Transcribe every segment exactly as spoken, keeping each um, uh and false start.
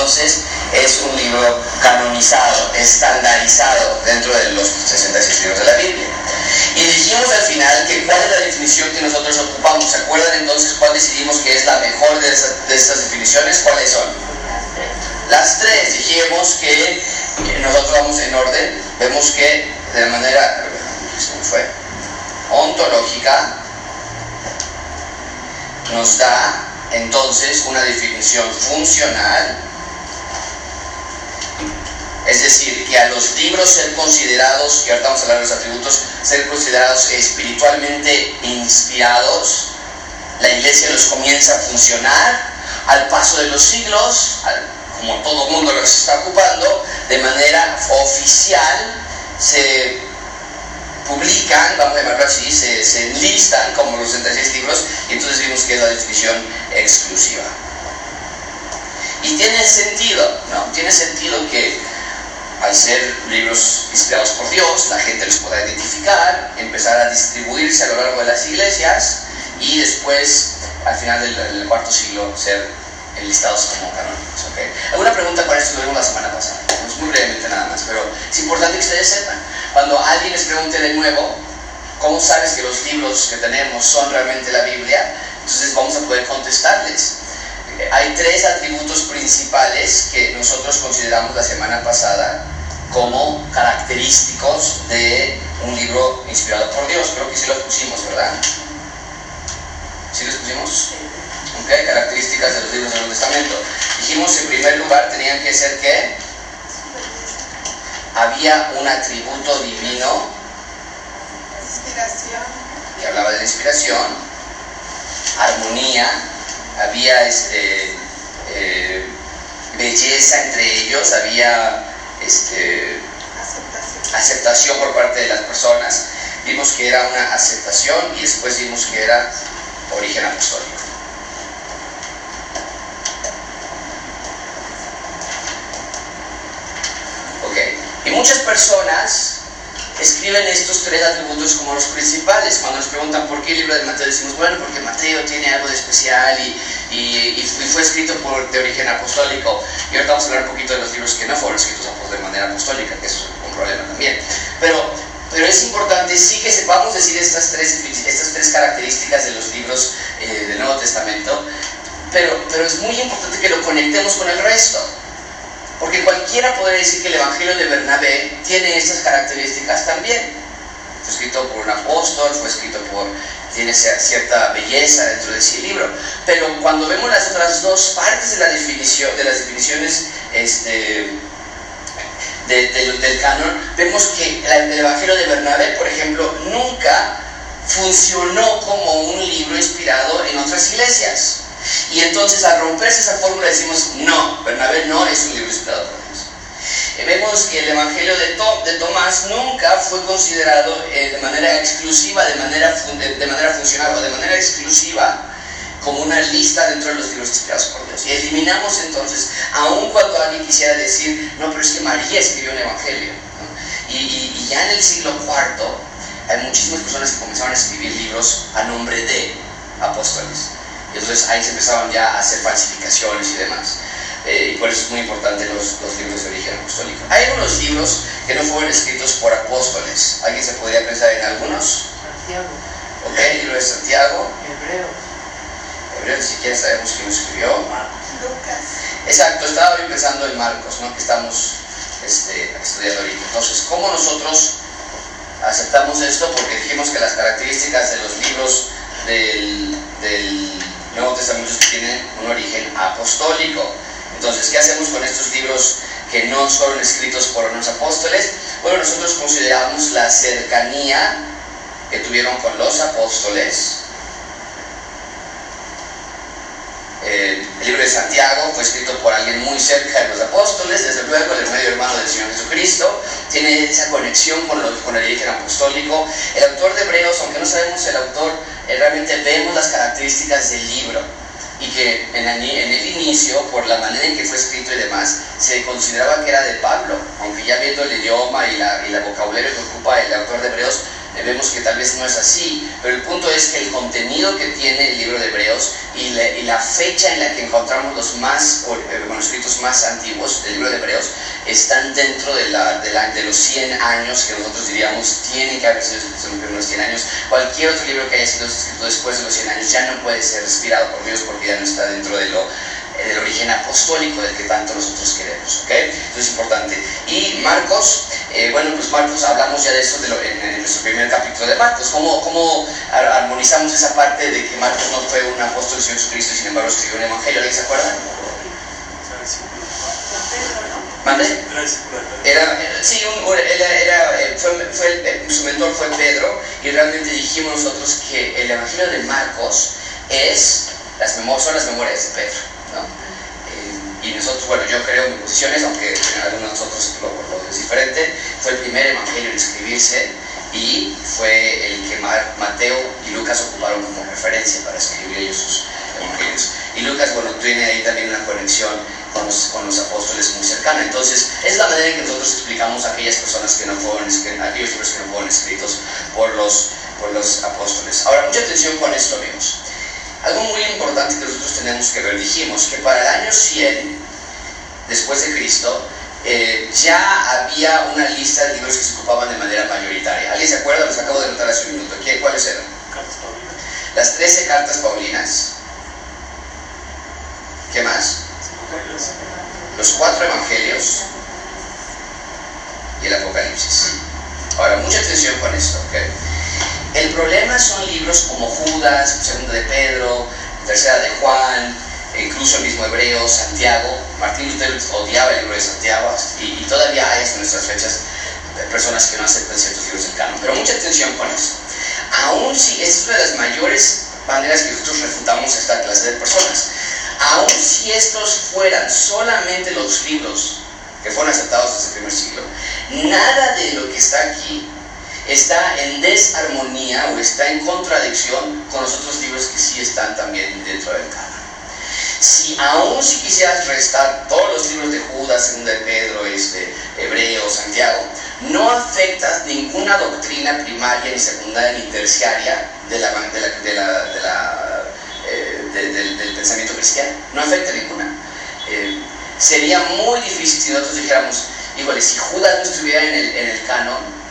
entonces es un libro canonizado, estandarizado dentro de los sesenta y seis libros de la Biblia. Y dijimos al final que cuál es la definición que nosotros ocupamos. ¿Se acuerdan entonces cuál decidimos que es la mejor de, esa, de estas definiciones? ¿Cuáles son? Las tres. Dijimos que, que nosotros vamos en orden. Vemos que de manera, ¿cómo fue? ontológica nos da entonces una definición funcional, es decir, que a los libros ser considerados, y ahorita vamos a hablar de los atributos, ser considerados espiritualmente inspirados, la iglesia los comienza a funcionar al paso de los siglos, al, como todo el mundo los está ocupando, de manera oficial, se publican, vamos a llamarlo así, se, se enlistan como los sesenta y seis libros, y entonces vimos que es la definición exclusiva. Y tiene sentido, ¿no? Tiene sentido que al ser libros inspirados por Dios, la gente los pueda identificar, empezar a distribuirse a lo largo de las iglesias, y después, al final del, del cuarto siglo, ser enlistados como canónicos, ¿okay? ¿Alguna pregunta para esto? Lo vimos la semana pasada, pues muy brevemente nada más, pero es importante que ustedes sepan. Cuando alguien les pregunte de nuevo, ¿cómo sabes que los libros que tenemos son realmente la Biblia? Entonces vamos a poder contestarles. Hay tres atributos principales que nosotros consideramos la semana pasada como característicos de un libro inspirado por Dios. Creo que sí los pusimos, ¿verdad? ¿Sí los pusimos? Okay, características de los libros del Nuevo Testamento. Dijimos en primer lugar tenían que ser ¿qué? Había un atributo divino, inspiración, que hablaba de la inspiración, armonía, había este, eh, belleza entre ellos, había este, aceptación. aceptación por parte de las personas. Vimos que era una aceptación y después vimos que era origen apostólico. Y muchas personas escriben estos tres atributos como los principales. Cuando nos preguntan por qué el libro de Mateo, decimos, bueno, porque Mateo tiene algo de especial y, y, y fue escrito por, de origen apostólico. Y ahorita vamos a hablar un poquito de los libros que no fueron escritos de manera apostólica, que es un problema también. Pero, pero es importante sí que sepamos decir estas tres, estas tres características de los libros eh, del Nuevo Testamento, pero, pero es muy importante que lo conectemos con el resto. Porque cualquiera podría decir que el Evangelio de Bernabé tiene estas características también. Fue escrito por un apóstol, fue escrito por... tiene cierta belleza dentro de sí el libro. Pero cuando vemos las otras dos partes de, la definición, de las definiciones este, de, de, del canon, vemos que el Evangelio de Bernabé, por ejemplo, nunca funcionó como un libro inspirado en otras iglesias. Y entonces al romperse esa fórmula decimos, no, Bernabé no es un libro inspirado por Dios. Eh, vemos que el Evangelio de, To, de Tomás nunca fue considerado eh, de manera exclusiva, de manera, de, de manera funcional o de manera exclusiva como una lista dentro de los libros inspirados por Dios. Y eliminamos entonces, aun cuando alguien quisiera decir, no, pero es que María escribió un Evangelio, ¿no? y, y, y ya en el siglo cuarto hay muchísimas personas que comenzaron a escribir libros a nombre de apóstoles. Y entonces ahí se empezaban ya a hacer falsificaciones y demás. Eh, y por eso es muy importante los, los libros de origen apostólico. Hay algunos libros que no fueron escritos por apóstoles. ¿Alguien se podría pensar en algunos? Santiago. Ok, el libro de Santiago. Hebreo. Hebreo, ni siquiera sabemos quién lo escribió. Lucas. Exacto, estaba yo pensando en Marcos, ¿no? Que estamos este, estudiando ahorita. Entonces, ¿cómo nosotros aceptamos esto? Porque dijimos que las características de los libros del, del Nuevo Testamento tienen un origen apostólico. Entonces, ¿qué hacemos con estos libros que no fueron escritos por unos apóstoles? Bueno, nosotros consideramos la cercanía que tuvieron con los apóstoles. Eh, el libro de Santiago fue escrito por alguien muy cerca de los apóstoles, desde luego el medio hermano del Señor Jesucristo, tiene esa conexión con, los, con el origen apostólico. El autor de Hebreos, aunque no sabemos el autor, eh, realmente vemos las características del libro, y que en el, en el inicio, por la manera en que fue escrito y demás, se consideraba que era de Pablo, aunque ya viendo el idioma y la, y la vocabulario que ocupa el autor de Hebreos, eh, vemos que tal vez no es así, pero el punto es que el contenido que tiene el libro de Hebreos y la, y la fecha en la que encontramos los más eh, manuscritos más antiguos del libro de Hebreos están dentro de, la, de, la, de los cien años que nosotros diríamos tienen que haber sido escritos en los primeros cien años. Cualquier otro libro que haya sido escrito después de los cien años ya no puede ser respirado por Dios porque ya no está dentro de lo del origen apostólico del que tanto nosotros queremos, ¿ok? Eso es importante. Y Marcos, eh, bueno, pues Marcos, hablamos ya de eso de lo, en, en nuestro primer capítulo de Marcos, cómo, cómo armonizamos esa parte de que Marcos no fue un apóstol del Señor Jesucristo y sin embargo escribió un evangelio. ¿Alguien se acuerda? ¿Mande? Era, era, sí, un, era, era, fue, fue, su mentor fue Pedro y realmente dijimos nosotros que el evangelio de Marcos es, las memorias, son las memorias de Pedro, ¿no? Eh, y nosotros, bueno, yo creo en mis posiciones, aunque en algunos de nosotros lo, lo es diferente, fue el primer evangelio en escribirse y fue el que Mateo y Lucas ocuparon como referencia para escribir ellos sus evangelios. Y Lucas, bueno, tiene ahí también una conexión con los, con los apóstoles muy cercana. Entonces, es la manera en que nosotros explicamos a aquellas personas que no fueron, aquellos libros que no fueron escritos por los, por los apóstoles. Ahora, mucha atención con esto, amigos. Algo muy importante que nosotros tenemos que ver, dijimos que para el año cien después de Cristo, eh, ya había una lista de libros que se ocupaban de manera mayoritaria. ¿Alguien se acuerda? Los acabo de anotar hace un minuto. ¿Qué, ¿Cuáles eran? Cartas Paulinas. Las trece cartas paulinas. ¿Qué más? Los cuatro evangelios y el Apocalipsis. Ahora, mucha atención con esto, ¿ok? El problema son libros como Judas, Segunda de Pedro, Tercera de Juan, incluso el mismo Hebreos, Santiago. Martín Lutero odiaba el libro de Santiago y, y todavía hay hasta nuestras fechas personas que no aceptan ciertos libros del canon. Pero mucha atención con esto. Aún si es una de las mayores maneras que nosotros refutamos a esta clase de personas, aun si estos fueran solamente los libros que fueron aceptados desde el primer siglo, nada de lo que está aquí está en desarmonía o está en contradicción con los otros libros que sí están también dentro del canon. Si aún si quisieras restar todos los libros de Judas, Segunda de Pedro, este, Hebreos, Santiago, no afectas ninguna doctrina primaria, ni secundaria, ni terciaria de la, de la, de la, de la eh, de, de, del pensamiento cristiano. No afecta ninguna. Eh, sería muy difícil si nosotros dijéramos, híjole, si Judas no estuviera en el, en el canon,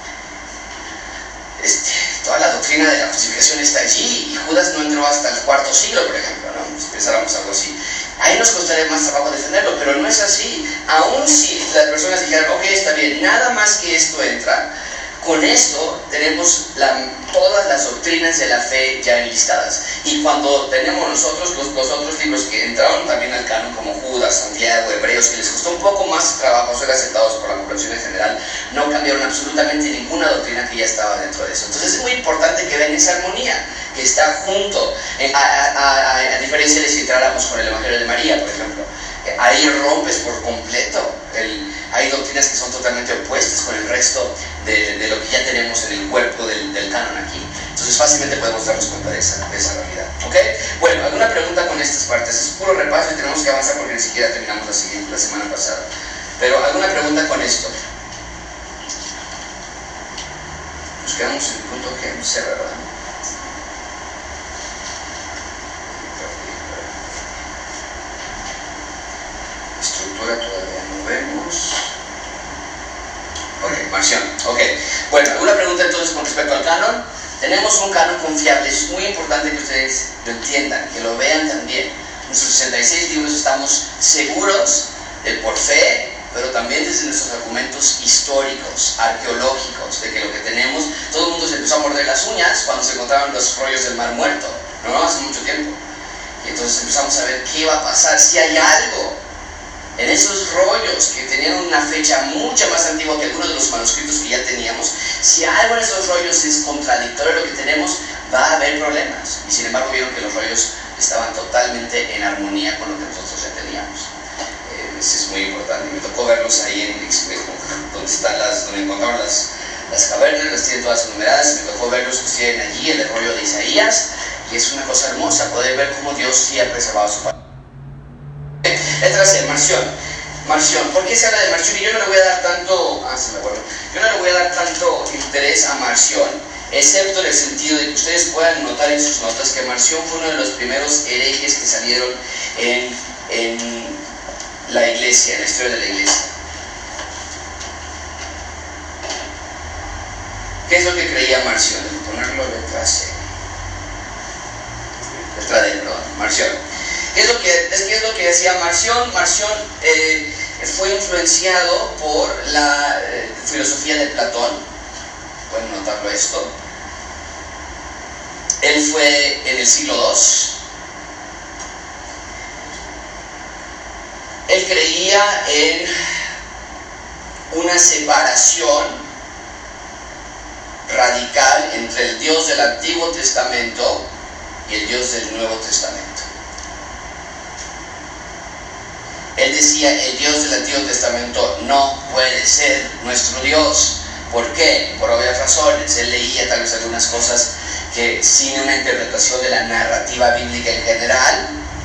este, toda la doctrina de la justificación está allí y Judas no entró hasta el cuarto siglo, por ejemplo, ¿no? Si pensáramos algo así, ahí nos costaría más trabajo defenderlo, pero no es así. Aún si las personas dijeran, ok, está bien, nada más que esto entra, con esto tenemos la, todas las doctrinas de la fe ya enlistadas. Y cuando tenemos nosotros los, los otros libros que entraron también al canon, como Judas, Santiago, Hebreos, que les costó un poco más trabajo ser aceptados por la población en general, no cambiaron absolutamente ninguna doctrina que ya estaba dentro de eso. Entonces es muy importante que vean esa armonía, que está junto, a, a, a, a diferencia de si entráramos con el Evangelio de María, por ejemplo. Ahí rompes por completo. El, hay doctrinas que son totalmente opuestas con el resto de, de lo que ya tenemos en el cuerpo del, del canon aquí. Entonces fácilmente podemos darnos cuenta de esa, de esa realidad. ¿Ok? Bueno, ¿alguna pregunta con estas partes? Es puro repaso y tenemos que avanzar porque ni siquiera terminamos la, siguiente, la semana pasada. Pero ¿alguna pregunta con esto? Nos quedamos en el punto G, no sé, ¿verdad? Estructura todavía no vemos. Ok, Marción. Ok. Bueno, ¿alguna pregunta entonces con respecto al canon? Tenemos un canon confiable. Es muy importante que ustedes lo entiendan, que lo vean también. Nuestros sesenta y seis libros estamos seguros de por fe, pero también desde nuestros argumentos históricos, arqueológicos, de que lo que tenemos, todo el mundo se empezó a morder las uñas cuando se encontraron los rollos del Mar Muerto, no, no hace mucho tiempo. Y entonces empezamos a ver qué va a pasar, si hay algo en esos rollos que tenían una fecha mucho más antigua que algunos de los manuscritos que ya teníamos. Si algo en esos rollos es contradictorio a lo que tenemos, va a haber problemas. Y sin embargo vieron que los rollos estaban totalmente en armonía con lo que nosotros ya teníamos. Eh, eso es muy importante. Me tocó verlos ahí en Expejo, donde están las, donde encontraron las, las cavernas, las tienen todas enumeradas. Me tocó verlos que tienen allí en el rollo de Isaías, y es una cosa hermosa poder ver cómo Dios sí ha preservado su palabra. Letra C, Marción. Marción. ¿Por qué se habla de Marción? Y yo no le voy a dar tanto, ah, se me acuerdo. Yo no le voy a dar tanto interés a Marción excepto en el sentido de que ustedes puedan notar en sus notas que Marción fue uno de los primeros herejes que salieron en, en la iglesia, en la historia de la iglesia. ¿Qué es lo que creía Marción? Debo ponerlo letra C. Letra D, perdón, Marción. ¿Qué es lo que, es, ¿qué es lo que decía Marción? Marción eh, fue influenciado por la eh, filosofía de Platón. Pueden notarlo esto. Él fue en el siglo dos. Él creía en una separación radical entre el Dios del Antiguo Testamento y el Dios del Nuevo Testamento. Él decía, el Dios del Antiguo Testamento no puede ser nuestro Dios. ¿Por qué? Por obvias razones. Él leía tal vez algunas cosas que sin una interpretación de la narrativa bíblica en general,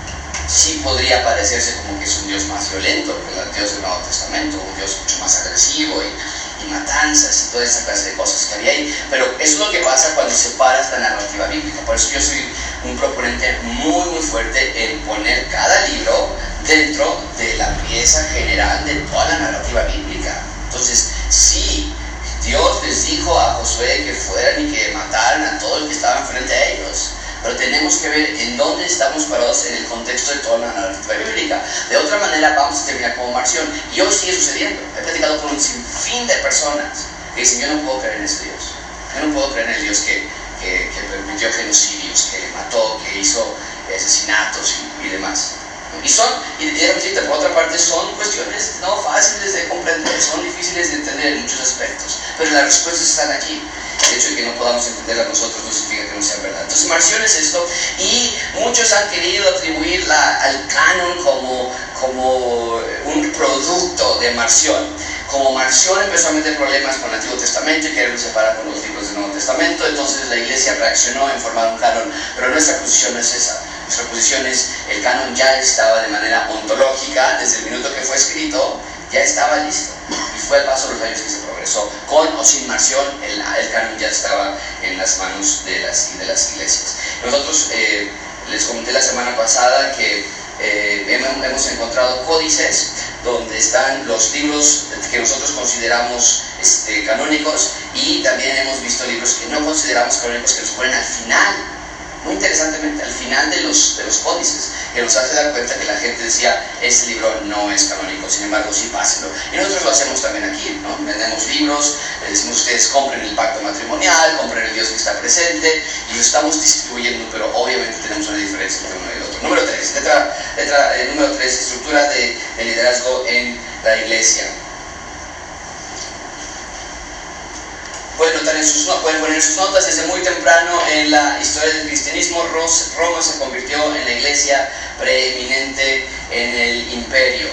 sí podría parecerse como que es un Dios más violento que el Dios del Nuevo Testamento, un Dios mucho más agresivo y, y matanzas y toda esa clase de cosas que había ahí. Pero eso es lo que pasa cuando separas la narrativa bíblica. Por eso yo soy un proponente muy muy fuerte en poner cada libro dentro de la pieza general de toda la narrativa bíblica. Entonces, sí, Dios les dijo a Josué que fueran y que mataran a todo el que estaba enfrente a ellos. Pero tenemos que ver en dónde estamos parados en el contexto de toda la narrativa bíblica. De otra manera vamos a terminar como Marción. Y hoy sigue sucediendo. He platicado con un sinfín de personas que dicen, yo no puedo creer en este Dios. Yo no puedo creer en el Dios que, que, que permitió genocidios, que mató, que hizo asesinatos y, y demás. Y son, y decirte, por otra parte, son cuestiones no fáciles de comprender, son difíciles de entender en muchos aspectos, pero las respuestas están aquí. El hecho de que no podamos entenderlas nosotros no significa que no sea verdad. Entonces, Marción es esto, y muchos han querido atribuirla al canon como, como un producto de Marción. Como Marción empezó a meter problemas con el Antiguo Testamento y querer separar con los libros del Nuevo Testamento, entonces la iglesia reaccionó en formar un canon, pero nuestra posición no es esa. Nuestra posición es, el canon ya estaba de manera ontológica, desde el minuto que fue escrito, ya estaba listo. Y fue al paso de los años que se progresó. Con o sin Marción, el, el canon ya estaba en las manos de las, de las iglesias. Nosotros, eh, les comenté la semana pasada que eh, hemos, hemos encontrado códices donde están los libros que nosotros consideramos este, canónicos, y también hemos visto libros que no consideramos canónicos, que los ponen al final. Muy interesantemente, al final de los, de los códices, que nos hace dar cuenta que la gente decía, este libro no es canónico, sin embargo, sí, pásenlo. Y nosotros lo hacemos también aquí, ¿no? Vendemos libros, les decimos, ustedes compren el pacto matrimonial, compren el Dios que está presente, y lo estamos distribuyendo, pero obviamente tenemos una diferencia entre uno y el otro. Número tres, letra, letra, eh, número tres, estructura de, de liderazgo en la iglesia. Pueden, notar en sus, pueden poner en sus notas, desde muy temprano en la historia del cristianismo, Roma se convirtió en la iglesia preeminente en el imperio.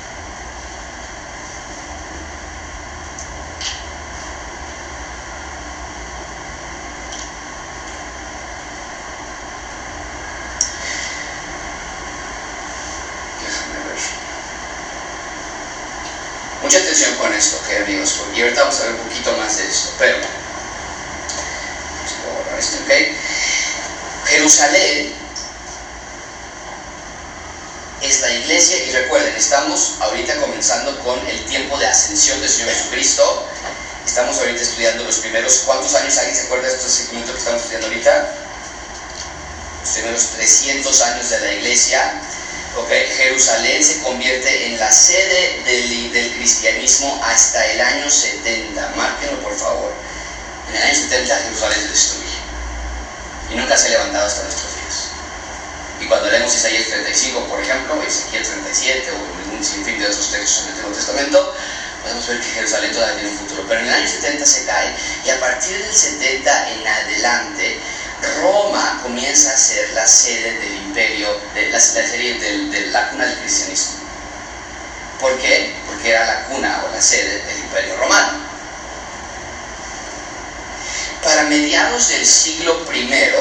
Mucha atención con esto, ¿ok, amigos? Porque ahorita vamos a ver un poquito más de esto, pero vamos a borrar esto, ¿ok? Jerusalén es la iglesia, y recuerden, estamos ahorita comenzando con el tiempo de ascensión del Señor Jesucristo. Estamos ahorita estudiando los primeros, ¿cuántos años? ¿Alguien se acuerda de este segmento que estamos estudiando ahorita? Los primeros trescientos años de la iglesia. Okay. Jerusalén se convierte en la sede del, del cristianismo hasta el año setenta. Márquenlo, por favor. En el año setenta Jerusalén se destruye y nunca se ha levantado hasta nuestros días. Y cuando leemos Isaías treinta y cinco, por ejemplo, Ezequiel treinta y siete o un sinfín de otros textos en el Antiguo Testamento, podemos ver que Jerusalén todavía tiene un futuro. Pero en el año setenta se cae, y a partir del setenta en adelante, Roma comienza a ser la sede del imperio, de la, la serie de, de la cuna del cristianismo. ¿Por qué? Porque era la cuna o la sede del imperio romano. Para mediados del siglo primero,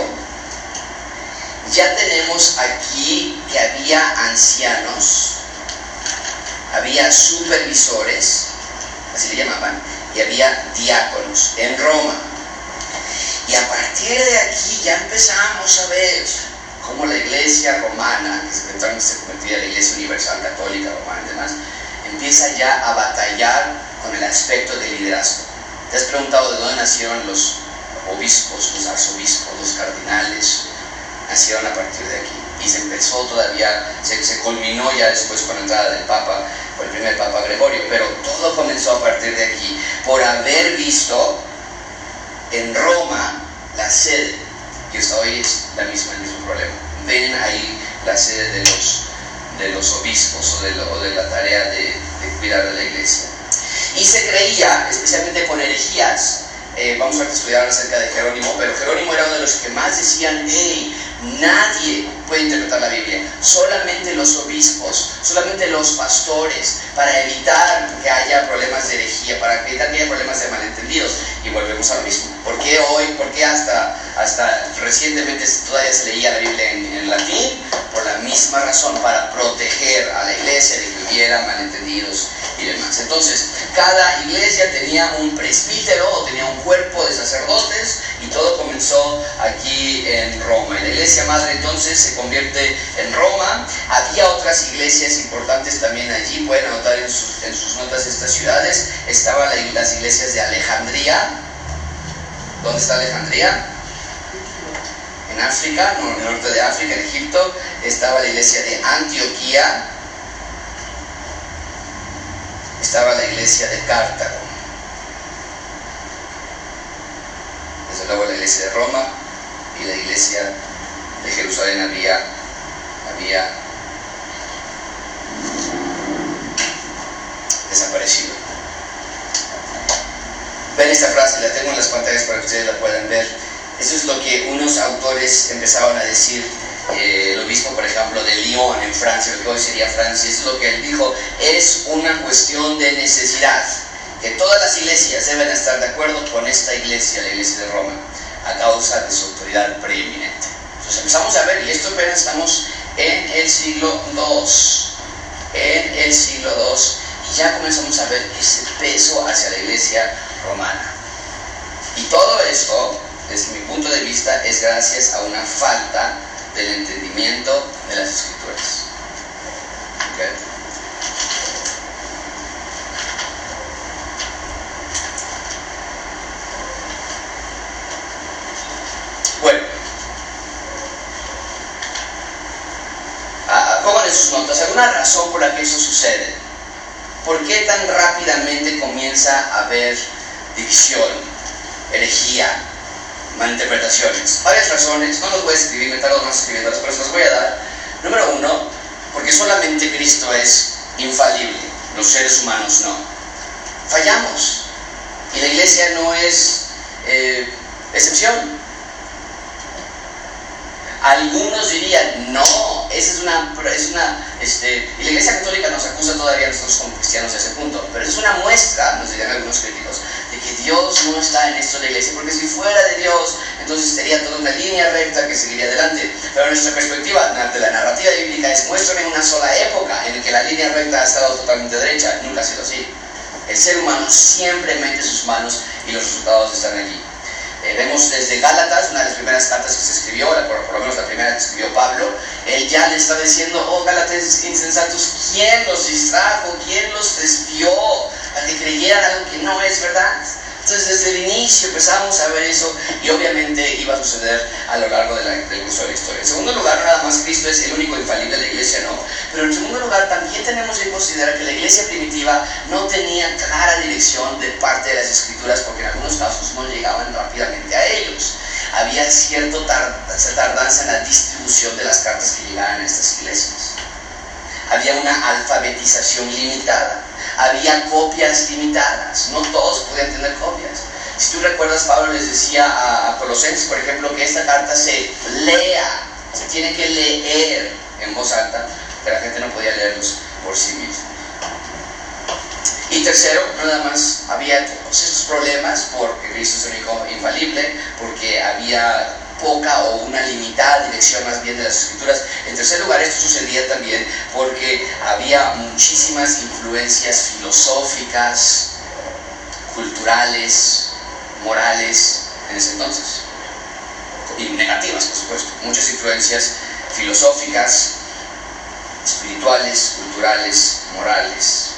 ya tenemos aquí que había ancianos, había supervisores, así le llamaban, y había diáconos en Roma. Y a partir de aquí ya empezamos a ver cómo la iglesia romana, que eventualmente se convertía en la iglesia universal católica romana y demás, empieza ya a batallar con el aspecto del liderazgo. ¿Te has preguntado de dónde nacieron los obispos, los arzobispos, los cardinales? Nacieron a partir de aquí. Y se empezó todavía, se, se culminó ya después con la entrada del Papa, o el primer Papa Gregorio, pero todo comenzó a partir de aquí, por haber visto en Roma la sede, que hasta hoy es la misma, el mismo problema. Ven ahí la sede de los, de los obispos o de, lo, o de la tarea de, de cuidar de la iglesia. Y se creía, especialmente con herejías, eh, vamos a estudiar acerca de Jerónimo, pero Jerónimo era uno de los que más decían, hey, nadie puede interpretar la Biblia, solamente los obispos, solamente los pastores, para evitar que haya problemas de herejía, para evitar que haya problemas de malentendidos. Y volvemos a lo mismo. ¿Por qué hoy, por qué hasta, hasta recientemente todavía se leía la Biblia en, en latín? Por la misma razón, para proteger a la iglesia de que hubiera malentendidos y demás. Entonces, cada iglesia tenía un presbítero o tenía un cuerpo de sacerdotes y todo comenzó aquí en Roma. Y la iglesia madre entonces se convierte en Roma. Había otras iglesias importantes también allí, pueden anotar en sus, en sus notas estas ciudades. Estaban la, las iglesias de Alejandría. ¿Dónde está Alejandría? En África, no, en el norte de África, en Egipto. Estaba la iglesia de Antioquía. Estaba la iglesia de Cartago. Desde luego la iglesia de Roma y la iglesia de Jerusalén había, había desaparecido. Ven esta frase, la tengo en las pantallas para que ustedes la puedan ver. Eso es lo que unos autores empezaron a decir. Eh, el obispo, por ejemplo, de Lyon en Francia, lo que hoy sería Francia, es lo que él dijo: es una cuestión de necesidad, que todas las iglesias deben estar de acuerdo con esta iglesia, la iglesia de Roma, a causa de su autoridad preeminente. Entonces empezamos a ver, y esto apenas estamos en el siglo dos, en el siglo dos, y ya comenzamos a ver ese peso hacia la iglesia romana. Y todo esto, desde mi punto de vista, es gracias a una falta del entendimiento de las Escrituras. ¿Okay? Bueno, ah, pongan en sus notas alguna razón por la que eso sucede. ¿Por qué tan rápidamente comienza a haber división, herejía, malinterpretaciones? Varias razones, no los voy a escribir, me tardo más escribiéndolas, pero se los voy a dar. Número uno, porque solamente Cristo es infalible, los seres humanos no. Fallamos, y la iglesia no es eh, excepción. Algunos dirían, no, esa es una, es una este, y la iglesia católica nos acusa todavía a nosotros como cristianos a ese punto, pero es una muestra, nos dirían algunos críticos, de que Dios no está en esto de la iglesia, porque si fuera de Dios, entonces sería toda una línea recta que seguiría adelante. Pero nuestra perspectiva de la narrativa bíblica es: muéstrame una sola época en la que la línea recta ha estado totalmente derecha. Nunca ha sido así. El ser humano siempre mete sus manos y los resultados están allí. Eh, vemos desde Gálatas, una de las primeras cartas que se escribió, la, por, por lo menos la primera que escribió Pablo, él ya le está diciendo: oh Gálatas insensatos, ¿quién los distrajo? ¿Quién los desvió a que creyeran algo que no es verdad? Entonces desde el inicio empezamos a ver eso, y obviamente iba a suceder a lo largo de la, del curso de la historia. En segundo lugar, nada más Cristo es el único infalible de la iglesia, no. Pero en segundo lugar, también tenemos que considerar que la iglesia primitiva no tenía clara dirección de parte de las Escrituras, porque en algunos casos no llegaban rápidamente a ellos. Había cierta tardanza en la distribución de las cartas que llegaban a estas iglesias. Había una alfabetización limitada. Había copias limitadas, no todos podían tener copias. Si tú recuerdas, Pablo les decía a, a Colosenses, por ejemplo, que esta carta se lea, se tiene que leer en voz alta, que la gente no podía leerlos por sí misma. Y tercero, nada más, había todos estos problemas porque Cristo es el único infalible, porque había poca o una limitada dirección más bien de las Escrituras. En tercer lugar, esto sucedía también porque había muchísimas influencias filosóficas, culturales, morales en ese entonces. Y negativas, por supuesto. Muchas influencias filosóficas, espirituales, culturales, morales.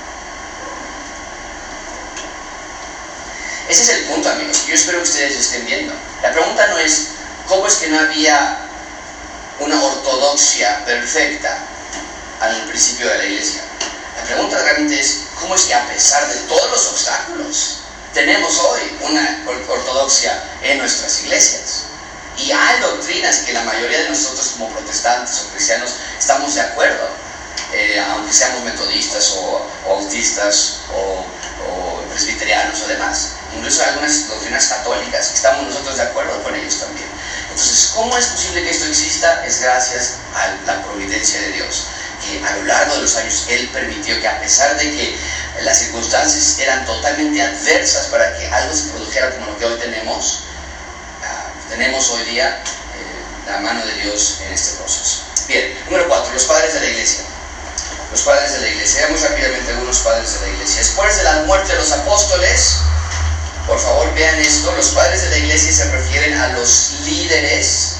Ese es el punto, amigos, que yo espero que ustedes estén viendo. La pregunta no es cómo es que no había una ortodoxia perfecta al principio de la iglesia. La pregunta realmente es cómo es que a pesar de todos los obstáculos tenemos hoy una ortodoxia en nuestras iglesias. Y hay doctrinas que la mayoría de nosotros como protestantes o cristianos estamos de acuerdo, eh, aunque seamos metodistas o, o autistas o, o presbiterianos o demás. Incluso algunas doctrinas católicas que estamos nosotros de acuerdo con ellos también. Entonces, ¿cómo es posible que esto exista? Es gracias a la providencia de Dios, que a lo largo de los años Él permitió que, a pesar de que las circunstancias eran totalmente adversas para que algo se produjera como lo que hoy tenemos, uh, tenemos hoy día eh, la mano de Dios en este proceso. Bien, número cuatro, los padres de la iglesia. Los padres de la iglesia. Veamos rápidamente algunos padres de la iglesia. Después de la muerte de los apóstoles, por favor vean esto, los padres de la iglesia se refieren a los líderes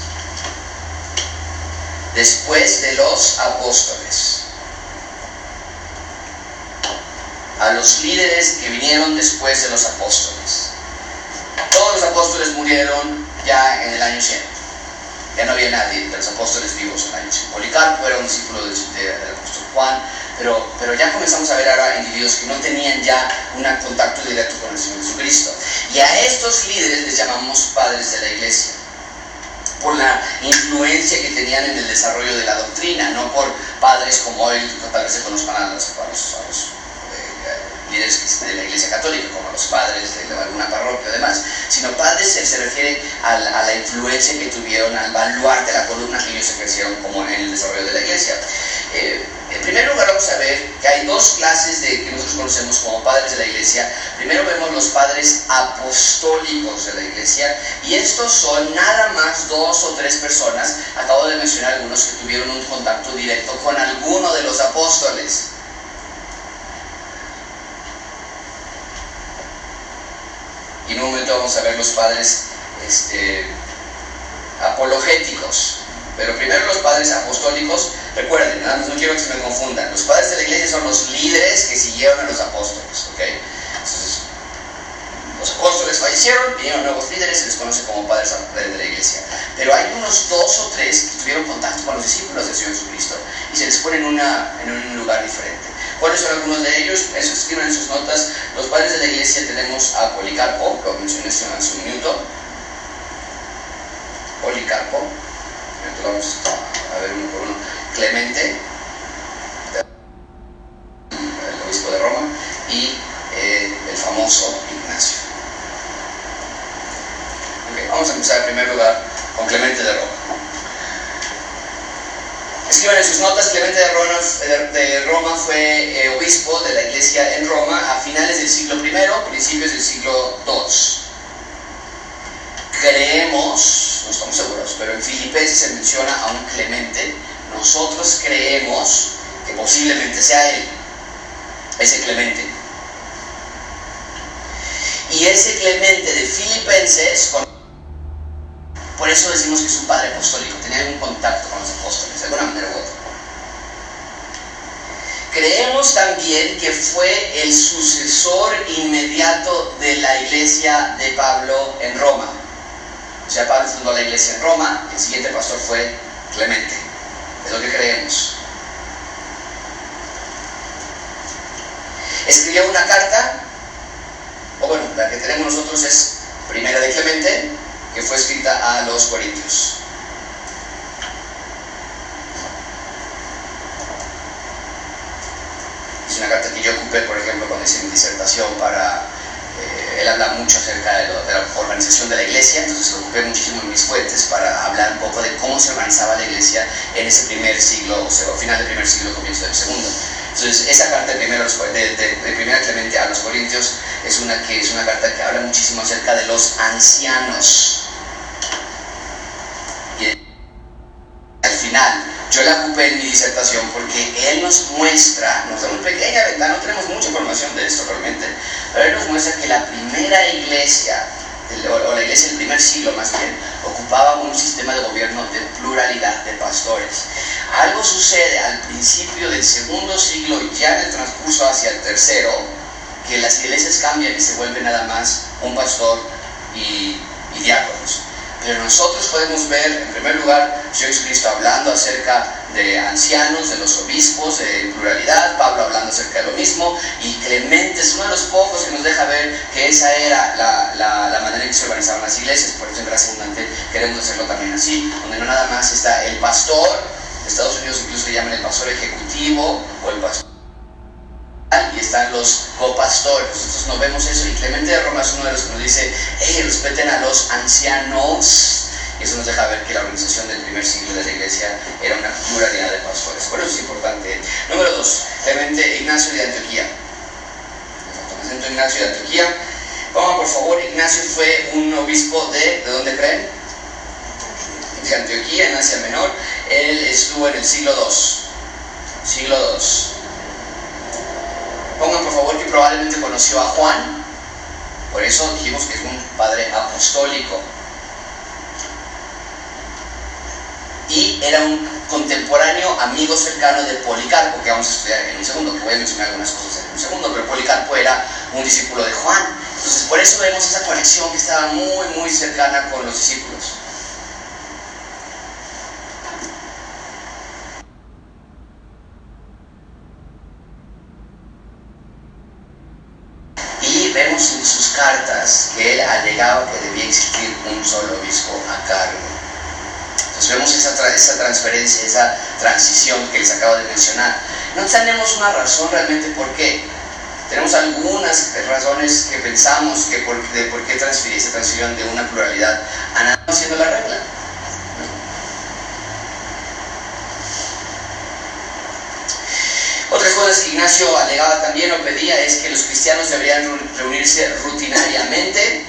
después de los apóstoles. A los líderes que vinieron después de los apóstoles. Todos los apóstoles murieron ya en el año cien. Ya no había nadie de los apóstoles vivos en el año cien. Policarpo era un discípulo del de, de apóstol Juan, pero, pero ya comenzamos a ver ahora individuos que no tenían ya un contacto directo con el Señor Jesucristo. Y a estos líderes les llamamos padres de la iglesia, por la influencia que tenían en el desarrollo de la doctrina, no por padres como hoy tal vez se conozcan a los, a los, a los eh, líderes de la iglesia católica, como los padres de alguna parroquia o demás, sino padres se, se refiere a la, a la influencia que tuvieron, al baluarte, la columna que ellos ejercieron como en el desarrollo de la iglesia. Eh, en primer lugar vamos a ver que hay dos clases de, que nosotros conocemos como padres de la iglesia. Primero vemos los padres apostólicos de la iglesia, y estos son nada más dos o tres personas. Acabo de mencionar algunos que tuvieron un contacto directo con alguno de los apóstoles. Y en un momento vamos a ver los padres este, apologéticos. Pero primero los padres apostólicos. Recuerden, nada más, no quiero que se me confundan. Los padres de la iglesia son los líderes que siguieron a los apóstoles, ¿ok? Entonces, los apóstoles fallecieron, vinieron nuevos líderes, se les conoce como padres de la iglesia. Pero hay unos dos o tres que tuvieron contacto con los discípulos del Señor Jesucristo y se les pone en, una, en un lugar diferente. ¿Cuáles son algunos de ellos? Eso escriben en sus notas. Los padres de la iglesia tenemos a Policarpo, lo mencioné hace un minuto. Policarpo. Entonces vamos a ver uno por uno. Clemente, el obispo de Roma, y eh, el famoso Ignacio. Okay, vamos a empezar en primer lugar con Clemente de Roma. Escriban en sus notas, Clemente de Roma, de Roma fue eh, obispo de la iglesia en Roma a finales del siglo primero, principios del siglo segundo. Creemos, no estamos seguros, pero en Filipenses se menciona a un Clemente. Nosotros creemos que posiblemente sea él, ese Clemente. Y ese Clemente de Filipenses, por eso decimos que es un padre apostólico, tenía algún contacto con los apóstoles, de alguna manera u otra. Creemos también que fue el sucesor inmediato de la iglesia de Pablo en Roma. O sea, Pablo fundó la iglesia en Roma, el siguiente pastor fue Clemente. Es lo que creemos. Escribió una carta, o bueno, la que tenemos nosotros es Primera de Clemente, que fue escrita a los Corintios. Es una carta que yo ocupé, por ejemplo, cuando hice mi disertación para... Eh, él habla mucho acerca de, lo, de la organización de la iglesia, entonces lo ocupé muchísimo en mis fuentes para hablar un poco de cómo se organizaba la iglesia en ese primer siglo, o sea, final del primer siglo, comienzo del segundo. Entonces, esa carta de primera, de, de, de primera Clemente a los Corintios es una, que, es una carta que habla muchísimo acerca de los ancianos. Y al final, yo la ocupé en mi disertación porque él nos muestra, nos da una pequeña ventana, no tenemos mucha información de esto realmente, pero él nos muestra que la primera iglesia o la iglesia del primer siglo más bien, ocupaba un sistema de gobierno de pluralidad de pastores. Algo sucede al principio del segundo siglo y ya en el transcurso hacia el tercero, que las iglesias cambian y se vuelve nada más un pastor y, y diáconos. Pero nosotros podemos ver, en primer lugar, Jesucristo hablando acerca de ancianos, de los obispos, de pluralidad, Pablo hablando acerca de lo mismo, y Clemente es uno de los pocos que nos deja ver que esa era la, la, la manera en que se organizaban las iglesias. Por eso en Gracia Abundante queremos hacerlo también así, donde no nada más está el pastor, en Estados Unidos incluso le llaman el pastor ejecutivo o el pastor, y están los copastores. Nosotros no vemos eso, y Clemente de Roma es uno de los que nos dice, hey, respeten a los ancianos, y eso nos deja ver que la organización del primer siglo de la iglesia era una pluralidad de pastores. Por eso es importante. Número dos, Clemente Ignacio de Antioquía. Santo Ignacio de Antioquía. Vamos, por favor. Ignacio fue un obispo de, ¿de dónde creen? De Antioquía, en Asia Menor. Él estuvo en el siglo dos. Siglo dos. Pongan por favor que probablemente conoció a Juan, por eso dijimos que es un padre apostólico. Y era un contemporáneo, amigo cercano de Policarpo, que vamos a estudiar en un segundo, que voy a mencionar algunas cosas en un segundo, pero Policarpo era un discípulo de Juan. Entonces por eso vemos esa conexión que estaba muy, muy cercana con los discípulos. Vemos en sus cartas que él alegaba que debía existir un solo obispo a cargo. Entonces vemos esa, tra esa transferencia, esa transición que les acabo de mencionar. No tenemos una razón realmente por qué. Tenemos algunas razones que pensamos que por, de por qué transferir esa transición de una pluralidad a nada siendo la regla. Otras cosas que Ignacio alegaba también o pedía es que los cristianos deberían reunirse rutinariamente.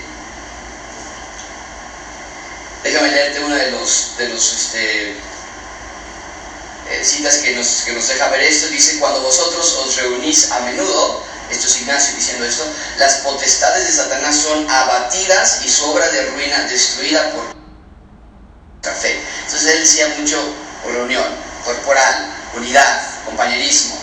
Déjame leerte una de los, de los este, eh, citas que nos, que nos deja ver esto. Dice, cuando vosotros os reunís a menudo, esto es Ignacio diciendo esto, las potestades de Satanás son abatidas y su obra de ruina destruida por la fe. Entonces él decía mucho reunión corporal, unidad, compañerismo.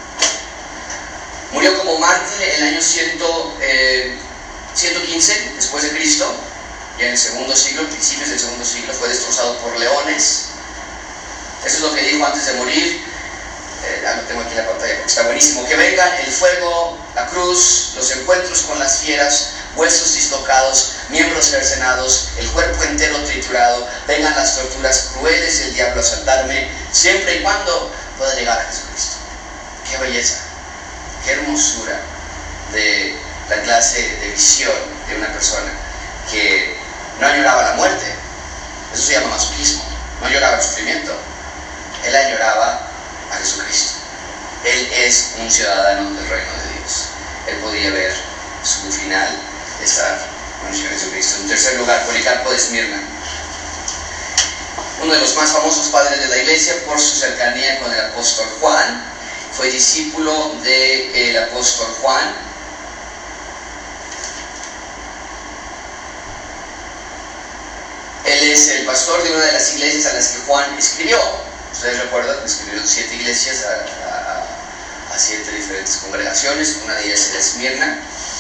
Murió como mártir en el año ciento quince después de Cristo, ya en el segundo siglo, principios del segundo siglo, fue destrozado por leones. Eso es lo que dijo antes de morir. Eh, ah, lo tengo aquí en la pantalla porque está buenísimo. Que vengan el fuego, la cruz, los encuentros con las fieras, huesos dislocados, miembros cercenados, el cuerpo entero triturado, vengan las torturas crueles del diablo a asaltarme, siempre y cuando pueda llegar a Jesucristo. ¡Qué belleza! ¡Qué hermosura de la clase de visión de una persona que no añoraba la muerte! Eso se llama masoquismo. No añoraba el sufrimiento. Él añoraba a Jesucristo. Él es un ciudadano del reino de Dios. Él podía ver su final, estar con el Señor Jesucristo. En tercer lugar, Policarpo de Esmirna. Uno de los más famosos padres de la iglesia por su cercanía con el apóstol Juan. Fue discípulo del apóstol Juan. Él es el pastor de una de las iglesias a las que Juan escribió. Ustedes recuerdan que escribió siete iglesias a, a, a siete diferentes congregaciones. Una de ellas era Esmirna.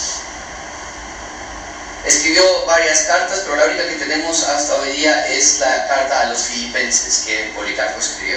Escribió varias cartas, pero la única que tenemos hasta hoy día es la carta a los filipenses que Policarpo escribió.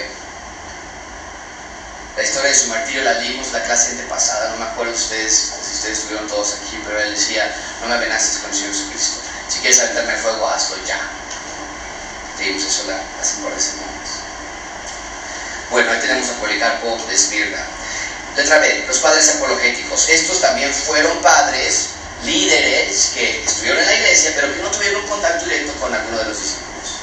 La historia de su martirio la leímos la clase antepasada, no me acuerdo ustedes, si ustedes estuvieron todos aquí, pero él decía, no me amenaces con el Señor Jesucristo. Si quieres aventarme al fuego, hazlo ya. Leímos eso la, hace un par de semanas. Bueno, ahí tenemos a Policarpo de Esmirna. Letra B, los padres apologéticos. Estos también fueron padres, líderes, que estuvieron en la iglesia, pero que no tuvieron contacto directo con alguno de los discípulos.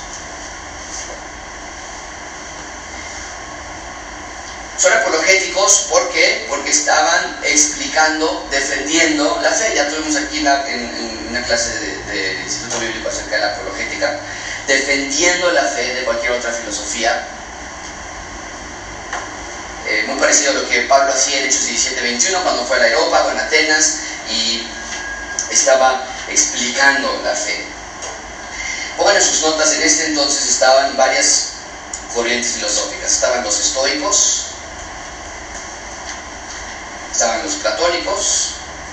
Son apologéticos, ¿por qué? Porque estaban explicando, defendiendo la fe. Ya tuvimos aquí la, en, en una clase de, de Instituto Bíblico acerca de la apologética, defendiendo la fe de cualquier otra filosofía. Eh, muy parecido a lo que Pablo hacía en Hechos diecisiete veintiuno cuando fue al Areópago en Atenas y estaba explicando la fe. Pongan en sus notas, en este entonces estaban varias corrientes filosóficas. Estaban los estoicos, estaban los platónicos,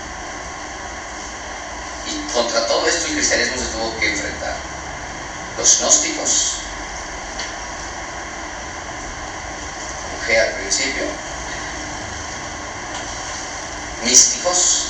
y contra todo esto el cristianismo se tuvo que enfrentar. Los gnósticos, con G al principio, místicos.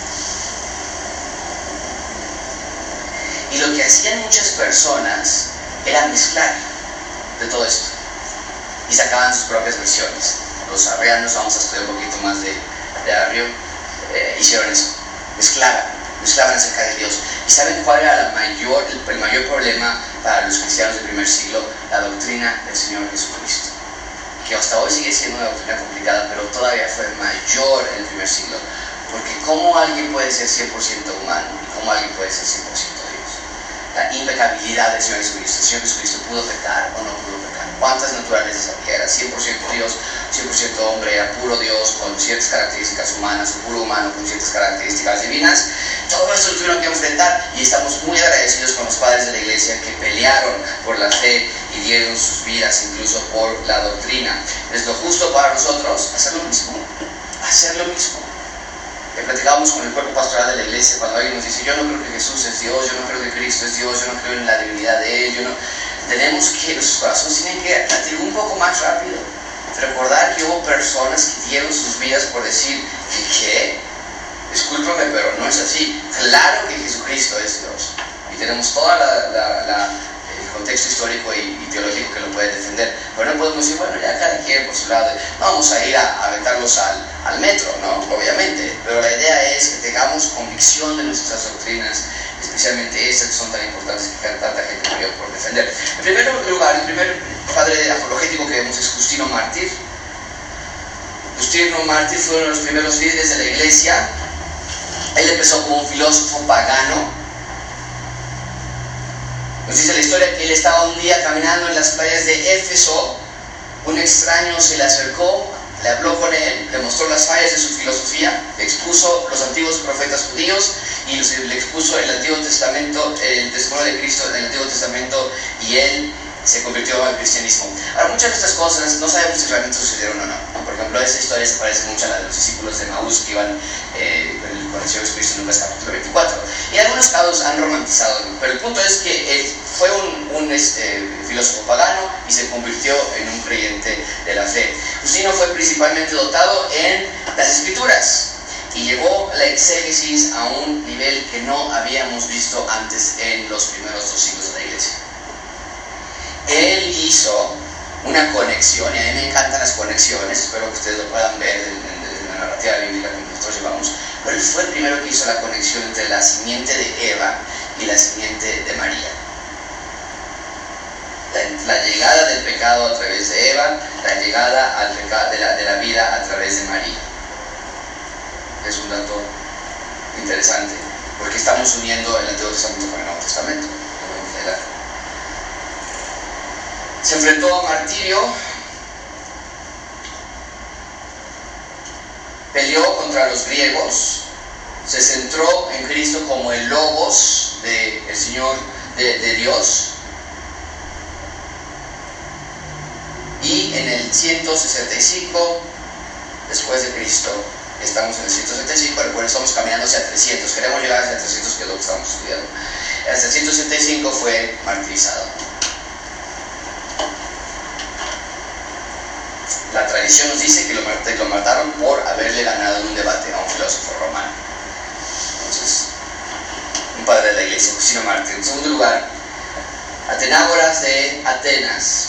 Y lo que hacían muchas personas era mezclar de todo esto y sacaban sus propias versiones. Los arrianos, vamos a estudiar un poquito más de, de Arrio, eh, hicieron eso, mezclaban, mezclaban acerca de Dios. ¿Y saben cuál era la mayor, el, el mayor problema para los cristianos del primer siglo? La doctrina del Señor Jesucristo, que hasta hoy sigue siendo una doctrina complicada, pero todavía fue mayor en el primer siglo. Porque ¿cómo alguien puede ser cien por ciento humano y cómo alguien puede ser cien por ciento Dios? La impecabilidad del Señor Jesucristo. ¿El Señor Jesucristo pudo pecar o no pudo pecar? ¿Cuántas naturalezas había? ¿Era cien por ciento Dios, cien por ciento hombre? ¿Era puro Dios con ciertas características humanas o puro humano con ciertas características divinas? Todo eso lo tuvieron que enfrentar, y estamos muy agradecidos con los padres de la iglesia que pelearon por la fe y dieron sus vidas incluso por la doctrina. Es lo justo para nosotros hacer lo mismo, hacer lo mismo. Que platicábamos con el cuerpo pastoral de la iglesia cuando alguien nos dice: yo no creo que Jesús es Dios, yo no creo que Cristo es Dios, yo no creo en la divinidad de Él, yo no... Tenemos que, nuestros corazones tienen que latir un poco más rápido, recordar que hubo personas que dieron sus vidas por decir que ¿qué? Discúlpame, pero no es así. Claro que Jesucristo es Dios, y tenemos todo la, la, la, el contexto histórico y, y teológico que lo puede defender, pero no podemos decir, bueno, ya cada quien por su lado, no vamos a ir a, a aventarlos al, al metro, ¿no? Obviamente, pero la idea es que tengamos convicción de nuestras doctrinas, especialmente esas que son tan importantes que tanta gente murió por defender. En primer lugar, el primer padre apologético que vemos es Justino Mártir. Justino Mártir fue uno de los primeros líderes de la iglesia. Él empezó como un filósofo pagano. Nos dice la historia que él estaba un día caminando en las playas de Éfeso. Un extraño se le acercó, le habló con él, le mostró las fallas de su filosofía, le expuso los antiguos profetas judíos y le expuso el Antiguo Testamento, el testimonio de Cristo en el Antiguo Testamento, y él se convirtió al cristianismo. Ahora, muchas de estas cosas no sabemos si realmente sucedieron o no. Por ejemplo, esta historia se parece mucho a la de los discípulos de Maús que iban eh, con el Señor Jesucristo en Lucas capítulo veinticuatro. Y en algunos casos han romantizado, pero el punto es que él fue un, un este, filósofo pagano y se convirtió en un creyente de la fe. Justino fue principalmente dotado en las Escrituras y llevó la exégesis a un nivel que no habíamos visto antes en los primeros dos siglos de la iglesia. Él hizo una conexión, y a mí me encantan las conexiones, espero que ustedes lo puedan ver en, en, en la narrativa bíblica que nosotros llevamos, pero él fue el primero que hizo la conexión entre la simiente de Eva y la simiente de María. La, la llegada del pecado a través de Eva, la llegada al pecado de, la, de la vida a través de María. Es un dato interesante, porque estamos uniendo el Antiguo Testamento con el Nuevo Testamento. Se enfrentó a martirio, peleó contra los griegos, se centró en Cristo como el Logos del de Señor de, de Dios, y en el ciento sesenta y cinco después de Cristo, estamos en el ciento sesenta y cinco, recuerden, estamos caminando hacia trescientos, queremos llegar hacia trescientos, que es lo que estamos estudiando. Hasta el ciento sesenta y cinco fue martirizado. La tradición nos dice que lo, lo mataron por haberle ganado en un debate a un filósofo romano. Entonces, un padre de la iglesia, Justino Mártir. En segundo lugar, Atenágoras de Atenas.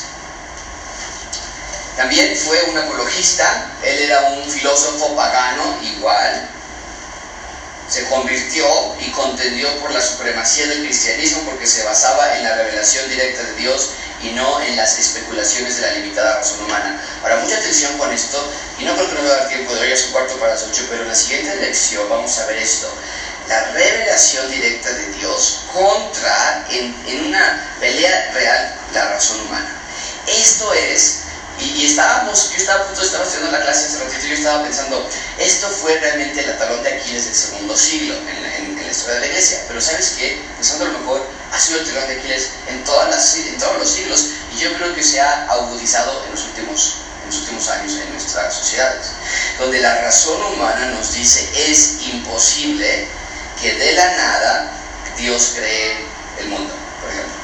También fue un apologista, él era un filósofo pagano igual. Se convirtió y contendió por la supremacía del cristianismo porque se basaba en la revelación directa de Dios y no en las especulaciones de la limitada razón humana. Ahora, mucha atención con esto, y no creo que nos va a dar tiempo de hoy, es un cuarto para las ocho, pero en la siguiente lección vamos a ver esto. La revelación directa de Dios contra, en, en una pelea real, la razón humana. Esto es, y, y estábamos, yo estaba a punto de estar haciendo la clase hace ratito, yo estaba pensando, esto fue realmente el talón de Aquiles del segundo siglo en la, en, en la historia de la iglesia. Pero ¿sabes qué? Pensando a lo mejor, ha sido el talón de Aquiles en, todas las, en todos los siglos, y yo creo que se ha agudizado en los últimos, en los últimos años en nuestras sociedades, donde la razón humana nos dice es imposible que de la nada Dios cree el mundo, por ejemplo.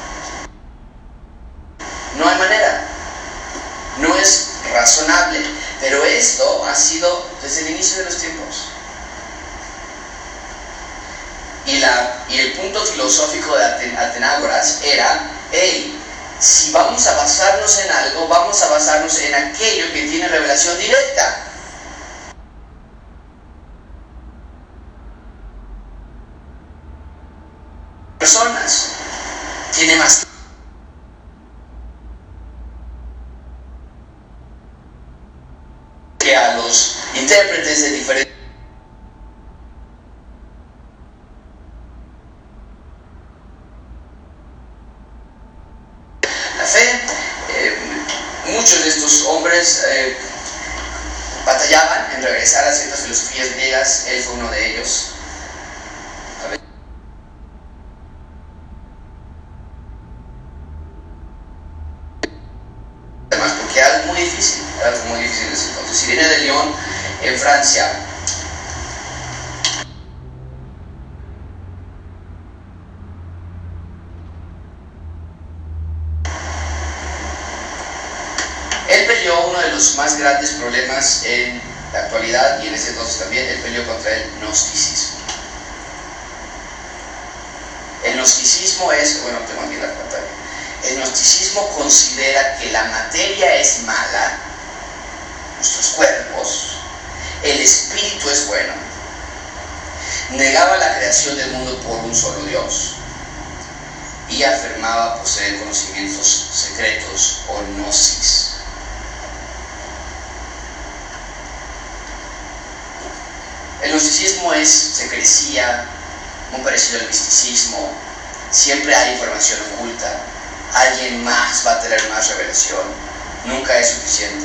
No hay manera, no es razonable, pero esto ha sido desde el inicio de los tiempos. Y, la, y el punto filosófico de Aten, Atenágoras era, hey, si vamos a basarnos en algo, vamos a basarnos en aquello que tiene revelación directa. Personas tiene más que a los intérpretes de diferentes. La fe, eh, muchos de estos hombres eh, batallaban en regresar a ciertas filosofías griegas. Él fue uno de ellos. Además, porque era algo muy difícil, era algo muy difícil en ese entonces. Si viene de Lyon, en Francia, él peleó uno de los más grandes problemas en la actualidad, y en ese entonces también. Él peleó contra el gnosticismo. El gnosticismo es, bueno, tengo aquí la pantalla. El gnosticismo considera que la materia es mala, nuestros cuerpos, el espíritu es bueno, negaba la creación del mundo por un solo Dios y afirmaba poseer conocimientos secretos o gnosis. El gnosticismo es secrecía, muy parecido al misticismo. Siempre hay información oculta, alguien más va a tener más revelación, nunca es suficiente.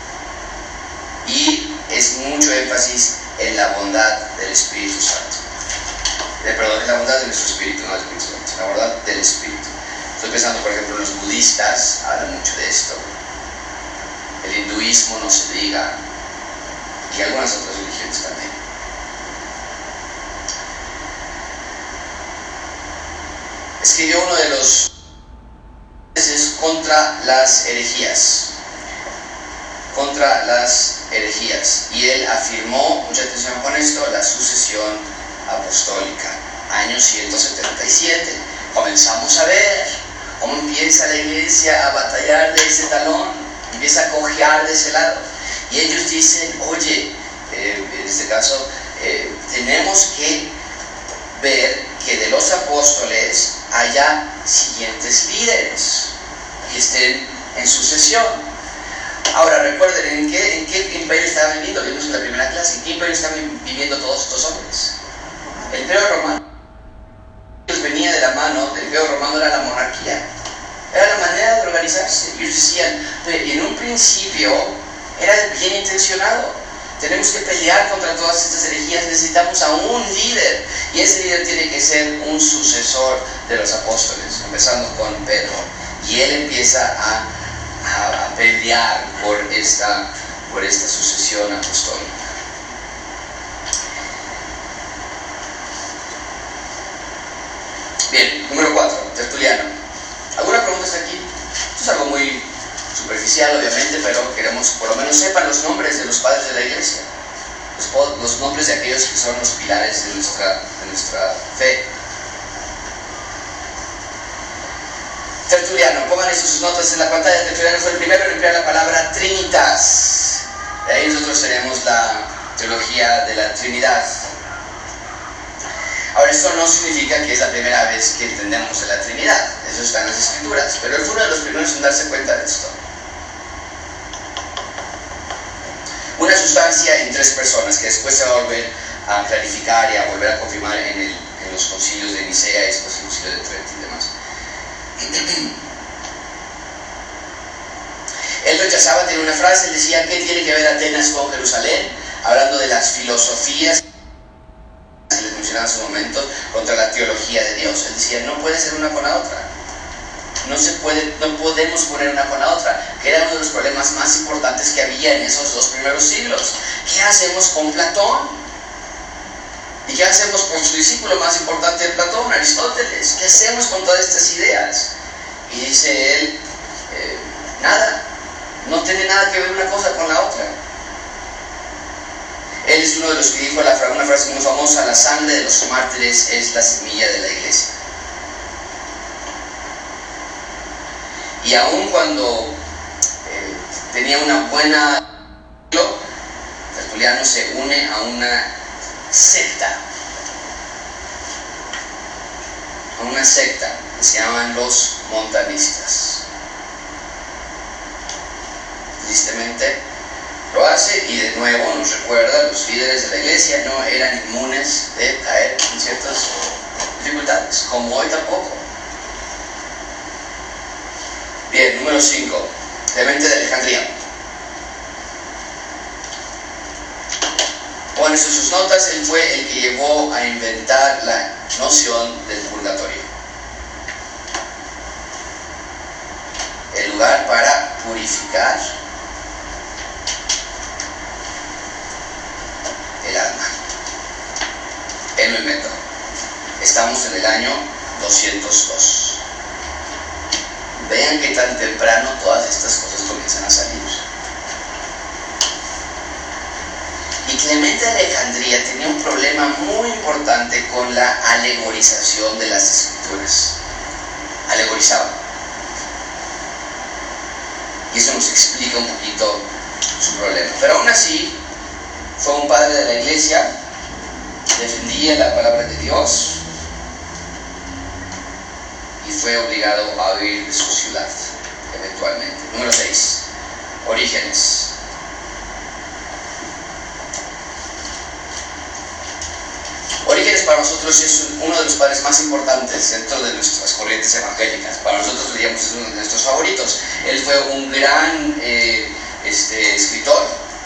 Y es mucho énfasis en la bondad del Espíritu Santo. Eh, perdón, en la bondad de nuestro Espíritu, no del Espíritu Santo, la bondad del Espíritu. Estoy pensando, por ejemplo, en los budistas, hablan mucho de esto. El hinduismo no se diga, y algunas otras religiones también. Escribió uno de los contra las herejías, contra las herejías, y él afirmó, mucha atención con esto, la sucesión apostólica, año ciento setenta y siete. Comenzamos a ver cómo empieza la iglesia a batallar de ese talón, empieza a cojear de ese lado, y ellos dicen, oye, eh, en este caso, eh, tenemos que ver que de los apóstoles haya siguientes líderes que estén en sucesión. Ahora recuerden, ¿en qué, en qué imperio estaban viviendo? Vimos en la primera clase, ¿en qué imperio estaban viviendo todos estos hombres? El imperio romano. Ellos venía de la mano del imperio romano, era la monarquía, era la manera de organizarse. Ellos decían, en un principio era bien intencionado, tenemos que pelear contra todas estas herejías, necesitamos a un líder, y ese líder tiene que ser un sucesor de los apóstoles, empezando con Pedro, y él empieza a, a, a pelear por esta, por esta sucesión apostólica. Bien, número cuatro, Tertuliano. ¿Alguna pregunta hasta aquí? Esto es algo muy superficial, obviamente, pero queremos por lo menos sepan los nombres de los padres de la iglesia, los, los nombres de aquellos que son los pilares de nuestra, de nuestra fe. Tertuliano, pongan eso sus notas en la pantalla. Tertuliano fue el primero en emplear la palabra Trinitas. De ahí nosotros tenemos la teología de la Trinidad. Ahora, esto no significa que es la primera vez que entendemos de la Trinidad, eso está en las Escrituras, pero él fue uno de los primeros en darse cuenta de esto. Una sustancia en tres personas, que después se va a volver a clarificar y a volver a confirmar en, el, en los concilios de Nicea y después el concilio de Trento y demás. Él rechazaba, tenía una frase, él decía, ¿qué tiene que ver Atenas con Jerusalén? Hablando de las filosofías, les mencionaba hace un momento, contra la teología de Dios. Él decía, no puede ser una con la otra. No se puede, no podemos poner una con la otra, que era uno de los problemas más importantes que había en esos dos primeros siglos. ¿Qué hacemos con Platón? ¿Y qué hacemos con su discípulo más importante de Platón, Aristóteles? ¿Qué hacemos con todas estas ideas? Y dice él, eh, nada, no tiene nada que ver una cosa con la otra. Él es uno de los que dijo la, una frase muy famosa, la sangre de los mártires es la semilla de la iglesia. Y aun cuando eh, tenía una buena... Tertuliano se une a una secta, a una secta que se llaman los montanistas. Tristemente lo hace y de nuevo nos recuerda, los líderes de la iglesia no eran inmunes de caer en ciertas dificultades, como hoy tampoco. Bien, número cinco, Clemente de Alejandría. Bueno, en sus notas, él fue el que llevó a inventar la noción del purgatorio. El lugar para purificar el alma. Él lo inventó. Estamos en el año doscientos dos. Vean qué tan temprano todas estas cosas comienzan a salir. Y Clemente de Alejandría tenía un problema muy importante con la alegorización de las escrituras. Alegorizaba. Y eso nos explica un poquito su problema. Pero aún así, fue un padre de la iglesia, defendía la palabra de Dios y fue obligado a huir de su ciudad, eventualmente. Número seis. Orígenes. Orígenes para nosotros es uno de los padres más importantes dentro de nuestras corrientes evangélicas. Para nosotros, diríamos, es uno de nuestros favoritos. Él fue un gran eh, este, escritor.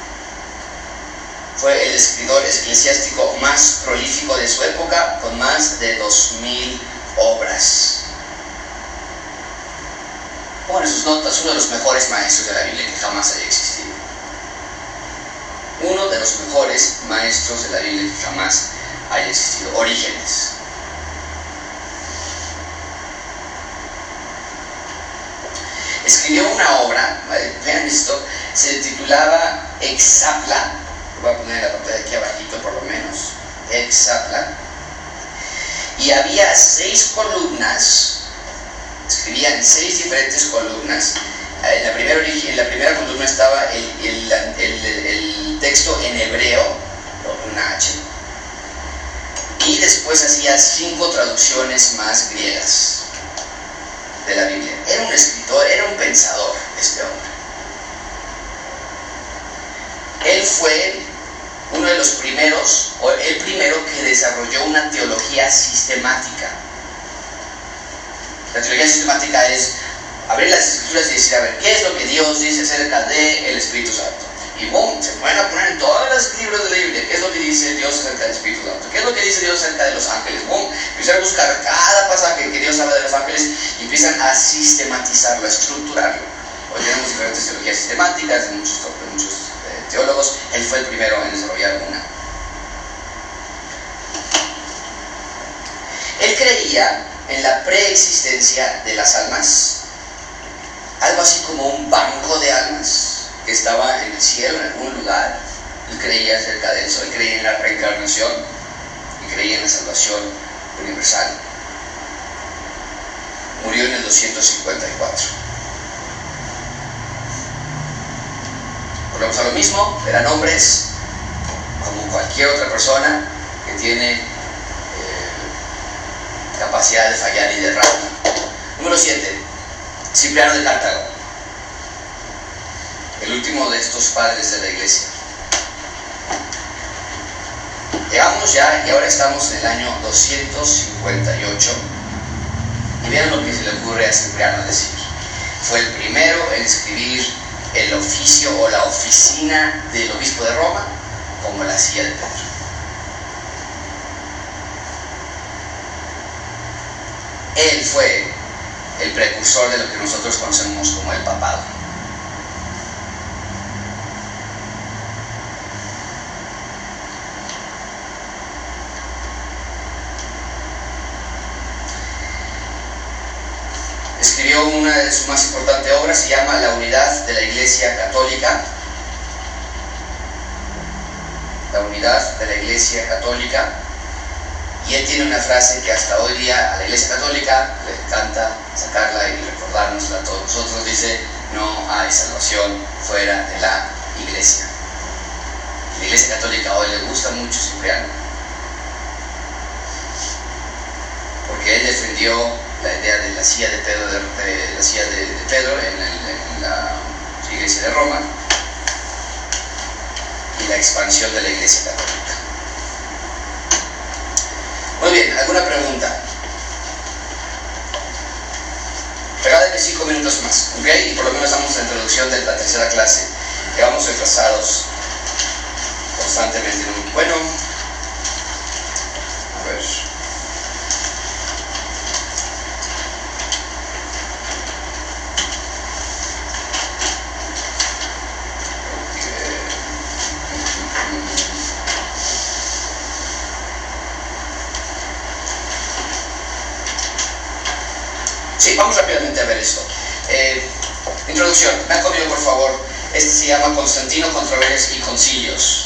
Fue el escritor eclesiástico más prolífico de su época, con más de dos mil obras. Pone sus notas, uno de los mejores maestros de la Biblia que jamás haya existido. Uno de los mejores maestros de la Biblia que jamás haya existido. Orígenes. Escribió una obra, vean esto, se titulaba Exapla. Lo voy a poner en la pantalla aquí abajito por lo menos. Exapla. Y había seis columnas. Escribía en seis diferentes columnas. En la primera, en la primera columna estaba el, el, el, el texto en hebreo, una H. Y después hacía cinco traducciones más griegas de la Biblia. Era un escritor, era un pensador este hombre. Él fue uno de los primeros, o el primero que desarrolló una teología sistemática. La teología sistemática es abrir las escrituras y decir, a ver, ¿qué es lo que Dios dice acerca del Espíritu Santo? Y boom, se pueden a poner en todos los libros de la Biblia, ¿qué es lo que dice Dios acerca del Espíritu Santo? ¿Qué es lo que dice Dios acerca de los ángeles? Boom, empiezan a buscar cada pasaje que Dios habla de los ángeles y empiezan a sistematizarlo, a estructurarlo. Hoy tenemos diferentes teologías sistemáticas de muchos, de muchos eh, teólogos. Él fue el primero en desarrollar una. Él creía en la preexistencia de las almas, algo así como un banco de almas que estaba en el cielo, en algún lugar. Él creía acerca de eso, él creía en la reencarnación y creía en la salvación universal. Murió en el doscientos cincuenta y cuatro. Volvemos a lo mismo, eran hombres como cualquier otra persona que tiene eh, capacidad de fallar y de errar. Número siete. Cipriano de Cartago, el último de estos padres de la iglesia. Llegamos ya y ahora estamos en el año doscientos cincuenta y ocho y vean lo que se le ocurre a Cipriano decir. Fue el primero en escribir el oficio o la oficina del obispo de Roma como la silla de Pedro. Él fue el precursor de lo que nosotros conocemos como el papado. Escribió una de sus más importantes obras, se llama La Unidad de la Iglesia Católica. La Unidad de la Iglesia Católica. Y él tiene una frase que hasta hoy día a la Iglesia Católica le encanta sacarla y recordárnosla a todos nosotros. Dice: no hay salvación fuera de la Iglesia. La Iglesia Católica hoy le gusta mucho Cipriano, porque él defendió la idea de la silla de Pedro, de, de, la silla de, de Pedro en, el, en la Iglesia de Roma y la expansión de la Iglesia Católica. Muy bien, ¿alguna pregunta? Regálenme cinco minutos más, ¿ok? Y por lo menos damos la introducción de la tercera clase, que vamos retrasados constantemente. Bueno, a ver. Sí, vamos rápidamente a ver esto. Eh, introducción, ven conmigo por favor. Este se llama Constantino, Controversias y Concilios.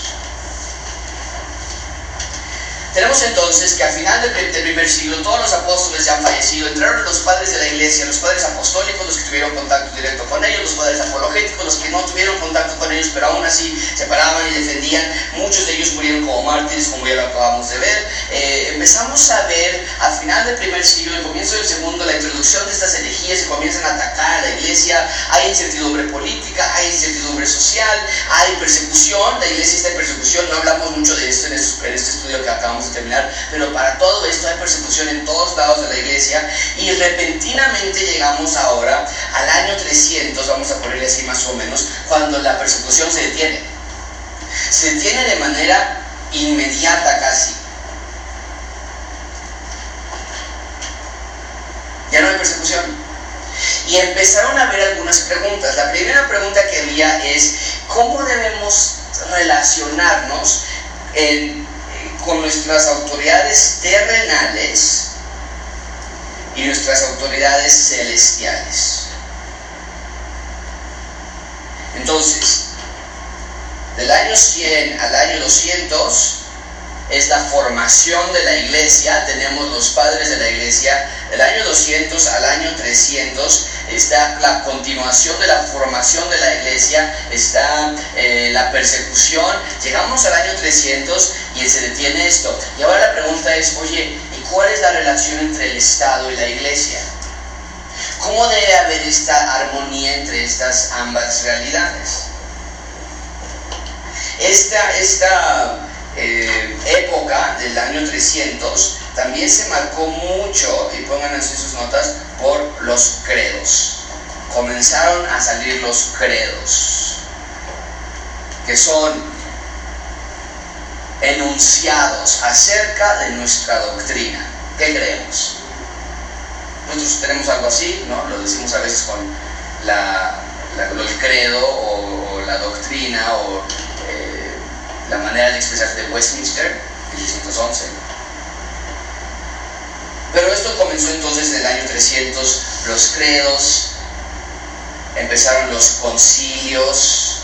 Tenemos entonces que al final del, del primer siglo todos los apóstoles ya han fallecido. Entraron los padres de la iglesia, los padres apostólicos, los que tuvieron contacto directo con ellos, los padres apologéticos, los que no tuvieron contacto con ellos, pero aún así se paraban y defendían. Muchos de ellos murieron como mártires, como ya lo acabamos de ver. Eh, empezamos a ver al final del primer siglo, el comienzo del segundo, la introducción de estas herejías que comienzan a atacar a la iglesia. Hay incertidumbre política, hay incertidumbre social, hay persecución. La iglesia está en persecución, no hablamos mucho de esto en este, en este estudio que acabamos de terminar, pero para todo esto hay persecución en todos lados de la iglesia. Y repentinamente llegamos ahora al año trescientos, vamos a ponerle así más o menos, cuando la persecución se detiene. Se detiene de manera inmediata casi. Ya no hay persecución. Y empezaron a haber algunas preguntas. La primera pregunta que había es: ¿cómo debemos relacionarnos en con nuestras autoridades terrenales y nuestras autoridades celestiales? Entonces, del año cien al año doscientos es la formación de la iglesia. Tenemos los padres de la iglesia. Del año doscientos al año trescientos está la continuación de la formación de la iglesia, está eh, la persecución. Llegamos al año trescientos y se detiene esto. Y ahora la pregunta es: oye, ¿y cuál es la relación entre el Estado y la iglesia? ¿Cómo debe haber esta armonía entre estas ambas realidades? Esta, esta eh, época del año trescientos también se marcó mucho, y pongan así sus notas, por los credos. Comenzaron a salir los credos, que son enunciados acerca de nuestra doctrina. ¿Qué creemos? Nosotros tenemos algo así, ¿no? Lo decimos a veces con la, la, el credo o, o la doctrina o eh, la manera de expresarse de Westminster, mil seiscientos once. Pero esto comenzó entonces en el año trescientos, los credos, empezaron los concilios.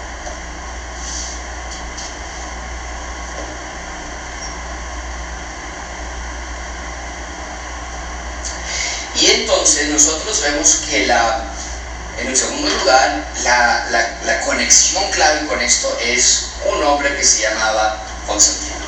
Y entonces nosotros vemos que la, en un segundo lugar, la, la, la conexión clave con esto es un hombre que se llamaba Constantino.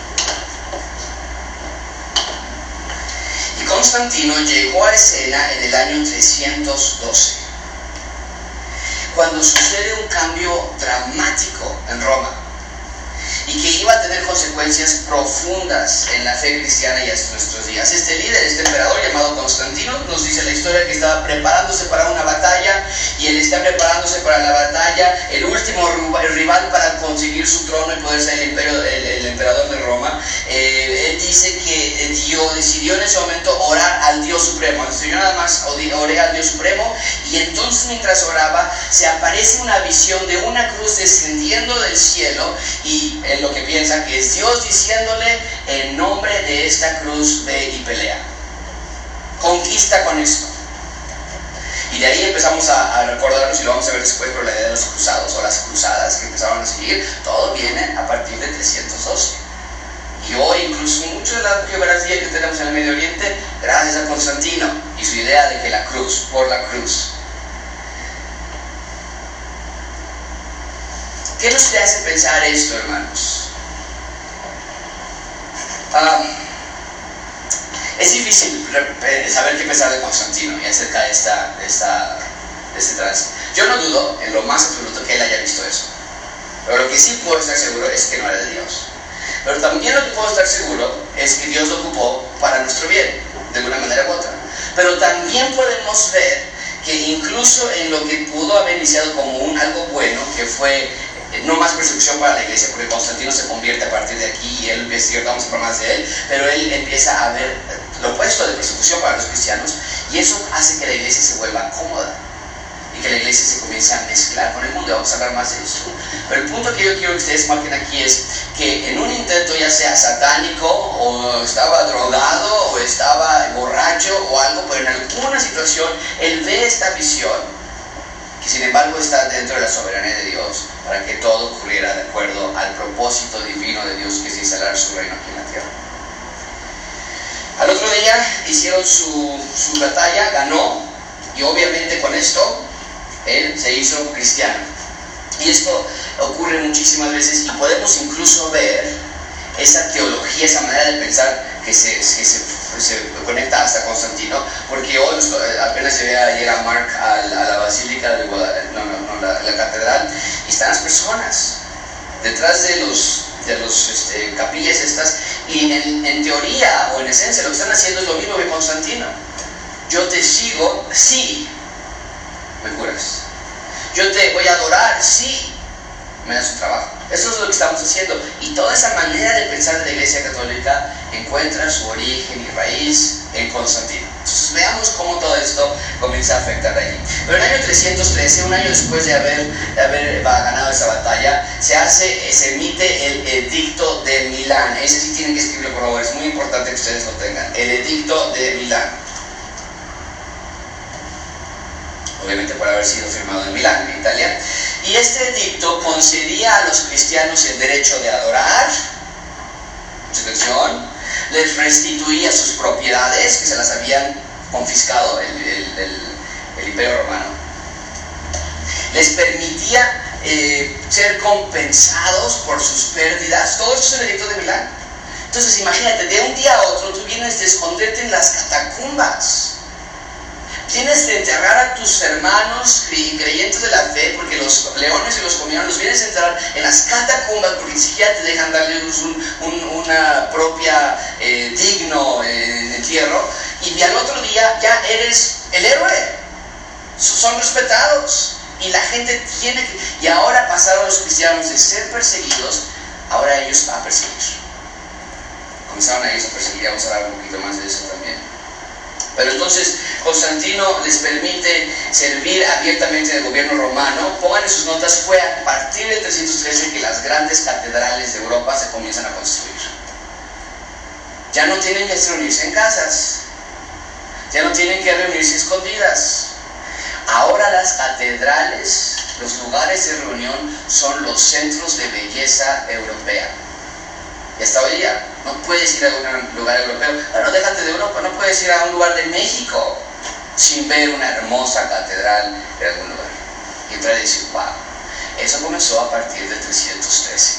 Y Constantino llegó a escena en el año trescientos doce, cuando sucede un cambio dramático en Roma y que iba a tener consecuencias profundas en la fe cristiana y hasta nuestros días. Este líder, este emperador llamado Constantino, nos dice la historia que estaba preparándose para una batalla, y él está preparándose para la batalla, el último rival para conseguir su trono y poder ser el, imperio, el, el emperador de Roma. Eh, él dice que dio, decidió en ese momento orar al Dios Supremo. Entonces yo nada más oré al Dios Supremo, y entonces mientras oraba se aparece una visión de una cruz descendiendo del cielo, y en lo que piensa que es Dios diciéndole: en nombre de esta cruz ve y pelea, conquista con esto. Y de ahí empezamos a, a recordarnos, y lo vamos a ver después, pero la idea de los cruzados o las cruzadas que empezaron a seguir, todo viene a partir de trescientos doce. Y hoy incluso mucho de la geografía que tenemos en el Medio Oriente, gracias a Constantino y su idea de que la cruz, por la cruz. ¿Qué nos hace pensar esto, hermanos? Um, es difícil saber qué pensar de Constantino y acerca de, esta, de, esta, de este tránsito. Yo no dudo en lo más absoluto que él haya visto eso, pero lo que sí puedo estar seguro es que no era de Dios. Pero también lo que puedo estar seguro es que Dios lo ocupó para nuestro bien, de alguna manera u otra. Pero también podemos ver que incluso en lo que pudo haber iniciado como un algo bueno, que fue no más persecución para la iglesia, porque Constantino se convierte a partir de aquí y él empieza a decir: vamos a hablar más de él, pero él empieza a ver lo opuesto de persecución para los cristianos, y eso hace que la iglesia se vuelva cómoda y que la iglesia se comience a mezclar con el mundo. Vamos a hablar más de eso. Pero el punto que yo quiero que ustedes marquen aquí es que en un intento, ya sea satánico, o estaba drogado, o estaba borracho o algo, pero en alguna situación él ve esta visión, que sin embargo está dentro de la soberanía de Dios, para que todo ocurriera de acuerdo al propósito divino de Dios, que es instalar su reino aquí en la tierra. Al otro día hicieron su, su batalla, ganó, y obviamente con esto él se hizo cristiano. Y esto ocurre muchísimas veces, y podemos incluso ver esa teología, esa manera de pensar que se, que se, se conecta hasta Constantino, porque hoy apenas llegué ayer a Mark a la, a la Basílica de Guadalupe, no, no, no, la, la catedral, y están las personas detrás de los, de los este, capillas estas, y en, en teoría o en esencia lo que están haciendo es lo mismo que Constantino. Yo te sigo, sí, me curas. Yo te voy a adorar, sí, me das un trabajo. Eso es lo que estamos haciendo. Y toda esa manera de pensar de la Iglesia Católica encuentra su origen y raíz en Constantino. Entonces veamos cómo todo esto comienza a afectar allí. Pero en el año trescientos trece, un año después de haber, de haber ganado esa batalla, se hace, se emite el Edicto de Milán. Ese sí tienen que escribirlo, por favor, es muy importante que ustedes lo tengan. El Edicto de Milán. Obviamente por haber sido firmado en Milán, en Italia. Y este edicto concedía a los cristianos el derecho de adorar, mucha atención, les restituía sus propiedades que se las habían confiscado el, el, el, el Imperio Romano, les permitía eh, ser compensados por sus pérdidas. Todo esto es el edicto de Milán. Entonces imagínate, de un día a otro tú vienes de esconderte en las catacumbas. Tienes de enterrar a tus hermanos creyentes de la fe, porque los leones se los comieron, los vienes a enterrar en las catacumbas, porque ni siquiera te dejan darles un, un, una propia eh, digno eh, entierro, y al otro día ya eres el héroe, son respetados, y la gente tiene que... Y ahora pasaron los cristianos de ser perseguidos, ahora ellos a perseguir. Comenzaron a ellos a perseguir, vamos a hablar un poquito más de eso también. Pero entonces Constantino les permite servir abiertamente en el gobierno romano. Pongan en sus notas, fue a partir del trescientos trece que las grandes catedrales de Europa se comienzan a construir. Ya no tienen que reunirse en casas, ya no tienen que reunirse escondidas. Ahora las catedrales, los lugares de reunión, son los centros de belleza europea. Y hasta hoy día no puedes ir a un lugar europeo, bueno, déjate de Europa, no puedes ir a un lugar de México sin ver una hermosa catedral en algún lugar y entrar y decir: wow. Eso comenzó a partir del trescientos trece,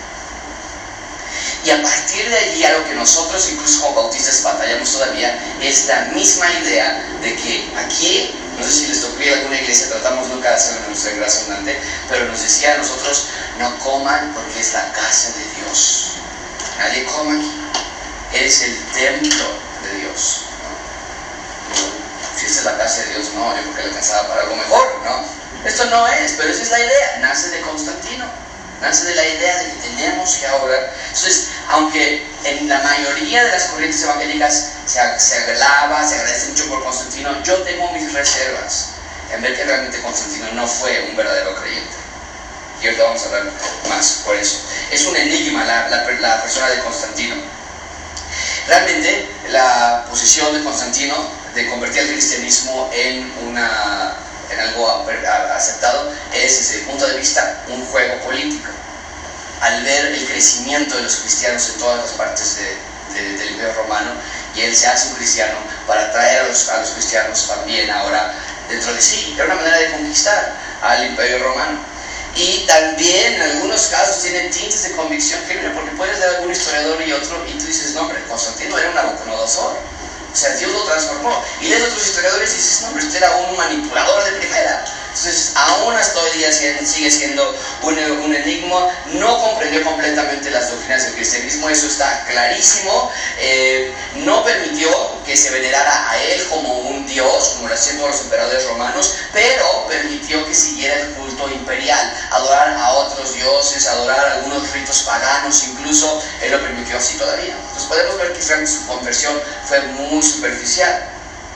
y a partir de allí algo que nosotros incluso como bautistas batallamos todavía es la misma idea de que aquí, no sé si les tocó ir a alguna iglesia, tratamos nunca de hacerlo en nuestra gracia abundante, pero nos decía a nosotros: no coman porque es la casa de Dios. Nadie come aquí. Es el templo de Dios, ¿no? Si esta es la casa de Dios, no, yo creo que le alcanzaba para algo mejor, ¿no? Esto no es, pero esa es la idea. Nace de Constantino. nace de la idea de que tenemos que adorar. Entonces, aunque en la mayoría de las corrientes evangélicas se, se alaba, se agradece mucho por Constantino, yo tengo mis reservas en ver que realmente Constantino no fue un verdadero creyente. Y ahorita vamos a hablar más por eso. Es un enigma la, la, la persona de Constantino. Realmente la posición de Constantino de convertir el cristianismo en, una, en algo aceptado es, desde el punto de vista, un juego político. Al ver el crecimiento de los cristianos en todas las partes de, de, del Imperio Romano, y él se hace un cristiano para atraer a los, a los cristianos también ahora dentro de sí. Era una manera de conquistar al Imperio Romano. Y también en algunos casos tienen tintes de convicción genuina, porque puedes ver a algún historiador y otro y tú dices, no hombre, Constantino era un Nabucodonosor, o sea, Dios lo transformó. Y lees otros historiadores y dices, no hombre, usted era un manipulador de primera. Entonces, aún hasta hoy día sigue siendo un, un enigma. No comprendió completamente las doctrinas del cristianismo, eso está clarísimo. Eh, no permitió que se venerara a él como un dios, como lo hacían todos los emperadores romanos, pero permitió que siguiera el culto imperial, adorar a otros dioses, adorar algunos ritos paganos, incluso él lo permitió así todavía. Entonces podemos ver que realmente su conversión fue muy superficial.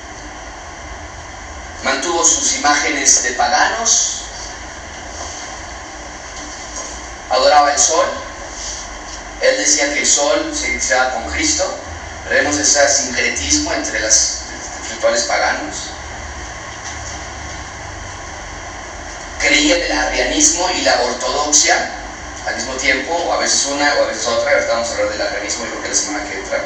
Mantuvo sus imágenes de paganos, adoraba el sol. Él decía que el sol se identificaba con Cristo. Vemos ese sincretismo entre los rituales paganos. Creía en el arrianismo y la ortodoxia al mismo tiempo, o a veces una o a veces otra. Ahorita vamos a hablar del arrianismo, yo creo que la semana que entra.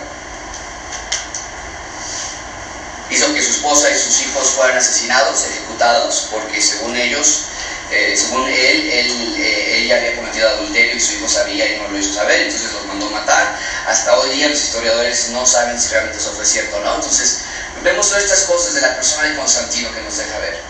Hizo que su esposa y sus hijos fueran asesinados, ejecutados, porque según ellos, eh, según él, él eh, ella había cometido adulterio y su hijo sabía y no lo hizo saber, entonces los mandó matar. Hasta hoy día los historiadores no saben si realmente eso fue cierto o no. Entonces vemos todas estas cosas de la persona de Constantino que nos deja ver.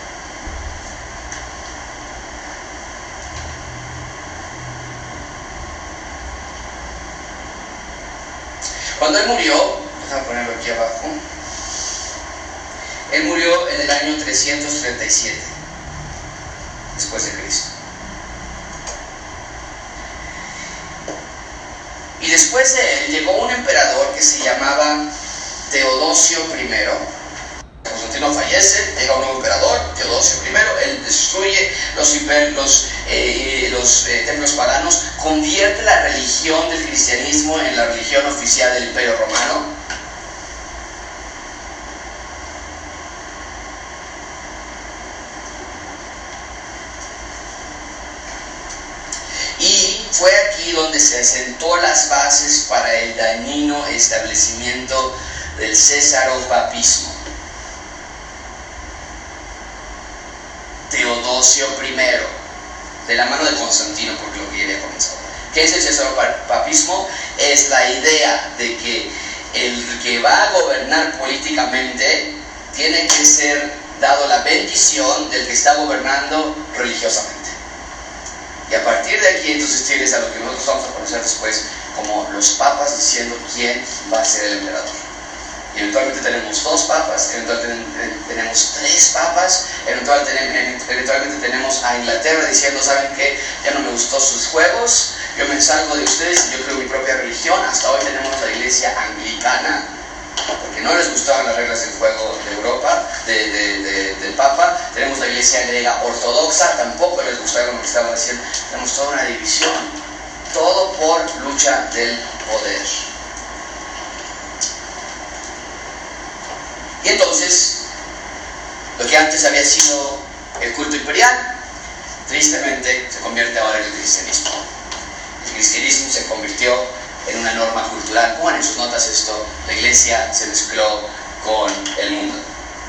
Cuando él murió, déjame ponerlo aquí abajo. Él murió en el año trescientos treinta y siete después de Cristo. Y después de él llegó un emperador que se llamaba Teodosio primero. Constantino fallece, llega un nuevo emperador, Teodosio primero. Él destruye los, los, eh, los eh, templos paganos, convierte la religión del cristianismo en la religión oficial del Imperio Romano. Y fue aquí donde se asentó las bases para el dañino establecimiento del césaropapismo. Teodosio primero, de la mano de Constantino, porque lo que ya había comenzado. ¿Qué es el césaropapismo? Es la idea de que el que va a gobernar políticamente tiene que ser dado la bendición del que está gobernando religiosamente. Y a partir de aquí entonces tienes a lo que nosotros vamos a conocer después como los papas diciendo quién va a ser el emperador. Y eventualmente tenemos dos papas, eventualmente tenemos tres papas, eventualmente, eventualmente tenemos a Inglaterra diciendo, ¿saben qué? Ya no me gustó sus juegos, yo me salgo de ustedes y yo creo mi propia religión. Hasta hoy tenemos la iglesia anglicana, porque no les gustaban las reglas del juego de Europa, de, de, de, del Papa. Tenemos la iglesia griega ortodoxa, tampoco les gustaba lo que estaban haciendo. Tenemos toda una división, todo por lucha del poder. Y entonces, lo que antes había sido el culto imperial, tristemente se convierte ahora en el cristianismo. El cristianismo se convirtió en una norma cultural. Pongan en sus notas esto: la iglesia se mezcló con el mundo.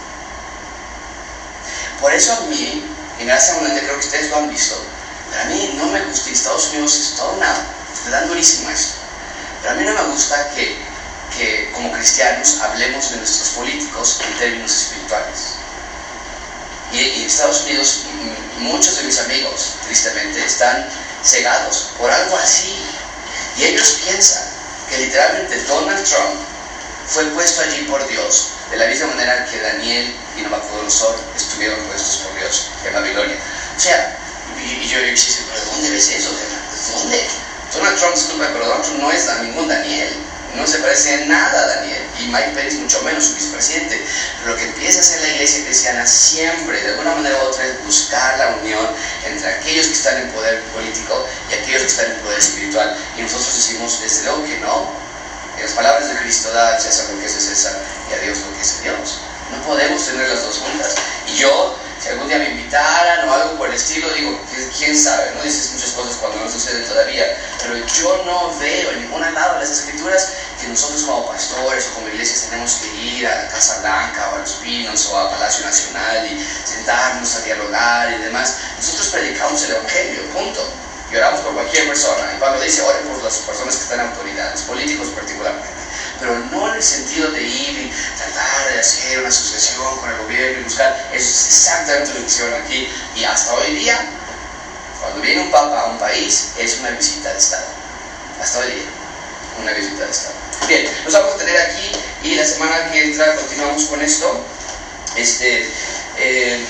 Por eso a mí, en Gracia Abundante, creo que ustedes lo han visto, pero a mí no me gusta, y Estados Unidos es todo una, le dan durísimo esto, pero a mí no me gusta que, que como cristianos hablemos de nuestros políticos en términos espirituales. Y, y en Estados Unidos muchos de mis amigos, tristemente, están cegados por algo así. Y ellos piensan que literalmente Donald Trump fue puesto allí por Dios, de la misma manera que Daniel y Nabucodonosor estuvieron puestos por Dios en Babilonia. O sea, y yo, yo, yo ¿pero dónde ves eso? ¿De ¿Dónde? Donald Trump, disculpa, pero Donald Trump no es ningún Daniel. No se parece en nada a Daniel. Y Mike Pence mucho menos, su vicepresidente. Pero lo que empieza a hacer la iglesia cristiana siempre, de alguna manera u otra, es buscar la unión entre aquellos que están en poder político y aquellos que están en poder espiritual. Y nosotros decimos, desde luego que no. En las palabras de Cristo, da al César lo que es de César y a Dios lo que es de Dios. No podemos tener las dos juntas. Y yo, si algún día me invitaran o algo por el estilo, digo, quién sabe, no dices muchas cosas cuando no sucede todavía, pero yo no veo en ningún lado de las escrituras que nosotros como pastores o como iglesias tenemos que ir a la Casa Blanca o a Los Pinos o a Palacio Nacional y sentarnos a dialogar y demás. Nosotros predicamos el Evangelio, punto. Y oramos por cualquier persona. Y Pablo dice, oren por las personas que están en autoridad, los políticos particularmente. Pero no en el sentido de ir y tratar de hacer una asociación con el gobierno y buscar. Eso es exactamente lo que hicieron aquí. Y hasta hoy día, cuando viene un papa a un país, es una visita de Estado. Hasta hoy día, una visita de Estado. Bien, nos vamos a tener aquí y la semana que entra continuamos con esto. Este... Eh,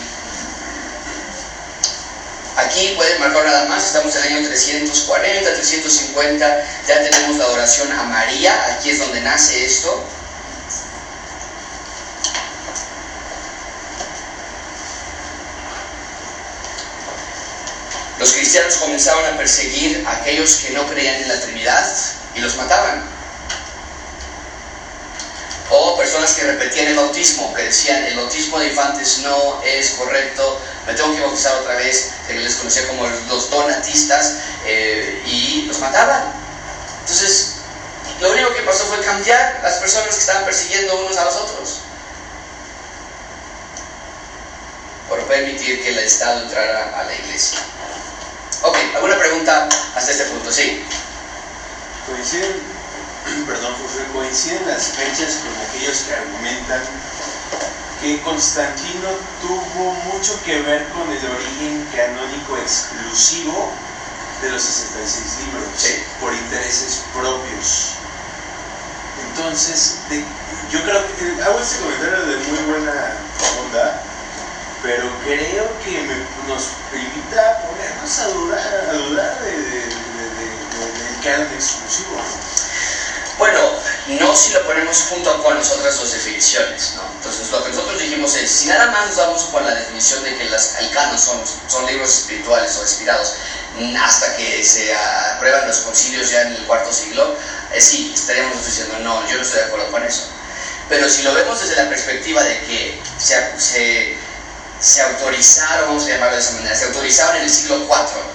Aquí pueden marcar nada más, estamos en el año trescientos cuarenta, trescientos cincuenta, ya tenemos la adoración a María, aquí es donde nace esto. Los cristianos comenzaban a perseguir a aquellos que no creían en la Trinidad y los mataban. O personas que repetían el bautismo, que decían el bautismo de infantes no es correcto, me tengo que bautizar otra vez, que les conocía como los donatistas, eh, y los mataban. Entonces, lo único que pasó fue cambiar las personas que estaban persiguiendo unos a los otros, por permitir que el Estado entrara a la iglesia. Ok, ¿alguna pregunta hasta este punto? Sí. Coinciden, perdón, José, coinciden las fechas con aquellos que argumentan que Constantino tuvo mucho que ver con el origen canónico exclusivo de los sesenta y seis libros, sí, por intereses propios. Entonces, de, yo creo que hago este comentario de muy buena onda, pero creo que me, nos invita a ponernos a dudar, a dudar de, de, de, de, de, del canon exclusivo, ¿no? Bueno, no si lo ponemos junto con las otras dos definiciones, ¿no? Entonces, lo que nosotros dijimos es, si nada más nos vamos con la definición de que las, el canon son, son libros espirituales o inspirados, hasta que se aprueban los concilios ya en el cuarto siglo, eh, sí, estaríamos diciendo, no, yo no estoy de acuerdo con eso. Pero si lo vemos desde la perspectiva de que se, se, se autorizaron, vamos a llamarlo de esa manera, se autorizaron en el siglo cuarto,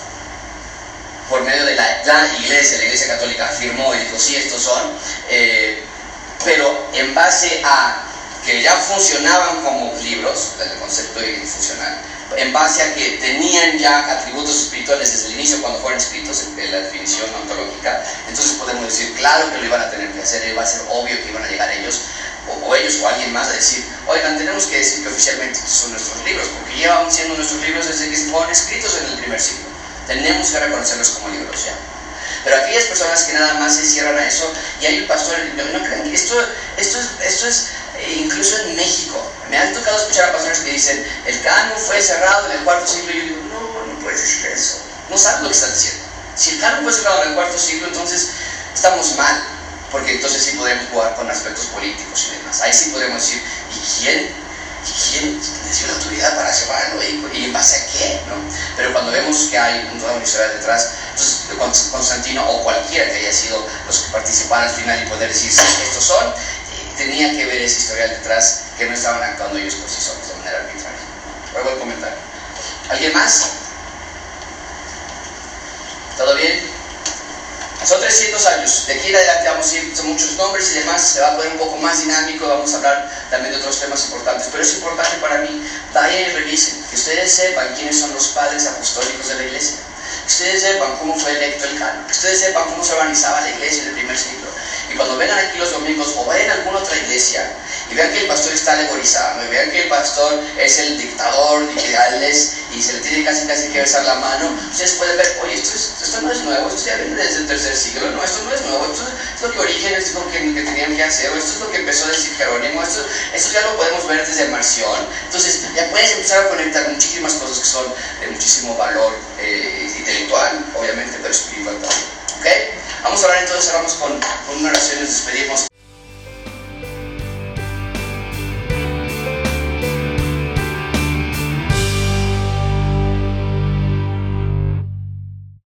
por medio de la, la iglesia, la iglesia católica afirmó y dijo, sí, estos son, eh, pero en base a que ya funcionaban como libros, el concepto funcional, en base a que tenían ya atributos espirituales desde el inicio cuando fueron escritos en la definición ontológica, entonces podemos decir, claro que lo iban a tener que hacer, iba a ser obvio que iban a llegar ellos, o, o ellos o alguien más a decir, oigan, tenemos que decir que oficialmente estos son nuestros libros, porque llevan siendo nuestros libros desde que fueron escritos en el primer siglo. Tenemos que reconocerlos como libros ya. Pero aquellas personas que nada más se cierran a eso, y hay un pastor, no, no crean que esto, esto es, esto es eh, incluso en México. Me han tocado escuchar a pastores que dicen, el canon fue cerrado en el cuarto siglo, y yo digo, no, no puedes decir eso. No sabes lo que están diciendo. Si el canon fue cerrado en el cuarto siglo, entonces estamos mal, porque entonces sí podemos jugar con aspectos políticos y demás. Ahí sí podemos decir, ¿y quién? ¿Quién les dio la autoridad para cerrarlo? ¿Y, ¿Y en base a qué? ¿No? Pero cuando vemos que hay un toda una historia detrás, entonces Constantino o cualquiera que haya sido los que participaran al final y poder decir, sí, estos son, eh, tenía que ver ese historial detrás, que no estaban actuando ellos por sí solos de manera arbitraria. Luego el comentario. ¿Alguien más? ¿Todo bien? Son trescientos años, de aquí en adelante vamos a ir, son muchos nombres y demás, se va a poner un poco más dinámico, vamos a hablar también de otros temas importantes, pero es importante para mí, vayan y revisen, que ustedes sepan quiénes son los padres apostólicos de la iglesia, que ustedes sepan cómo fue electo el canon, que ustedes sepan cómo se organizaba la iglesia en el primer siglo, y cuando vengan aquí los domingos o vayan a alguna otra iglesia y vean que el pastor está alegorizado, y vean que el pastor es el dictador de ideales y se le tiene casi casi que besar la mano, ustedes pueden ver, oye, esto, es, esto no es nuevo, esto ya viene desde el tercer siglo, no, esto no es nuevo, esto es lo que Orígenes dijo que, que tenían que hacer, o esto es lo que empezó a decir Jerónimo, esto, esto ya lo podemos ver desde Marción. Entonces ya puedes empezar a conectar muchísimas cosas que son de muchísimo valor eh, intelectual, obviamente, pero espiritual también. ¿Ok? Vamos a hablar entonces, vamos con, con una oración y nos despedimos.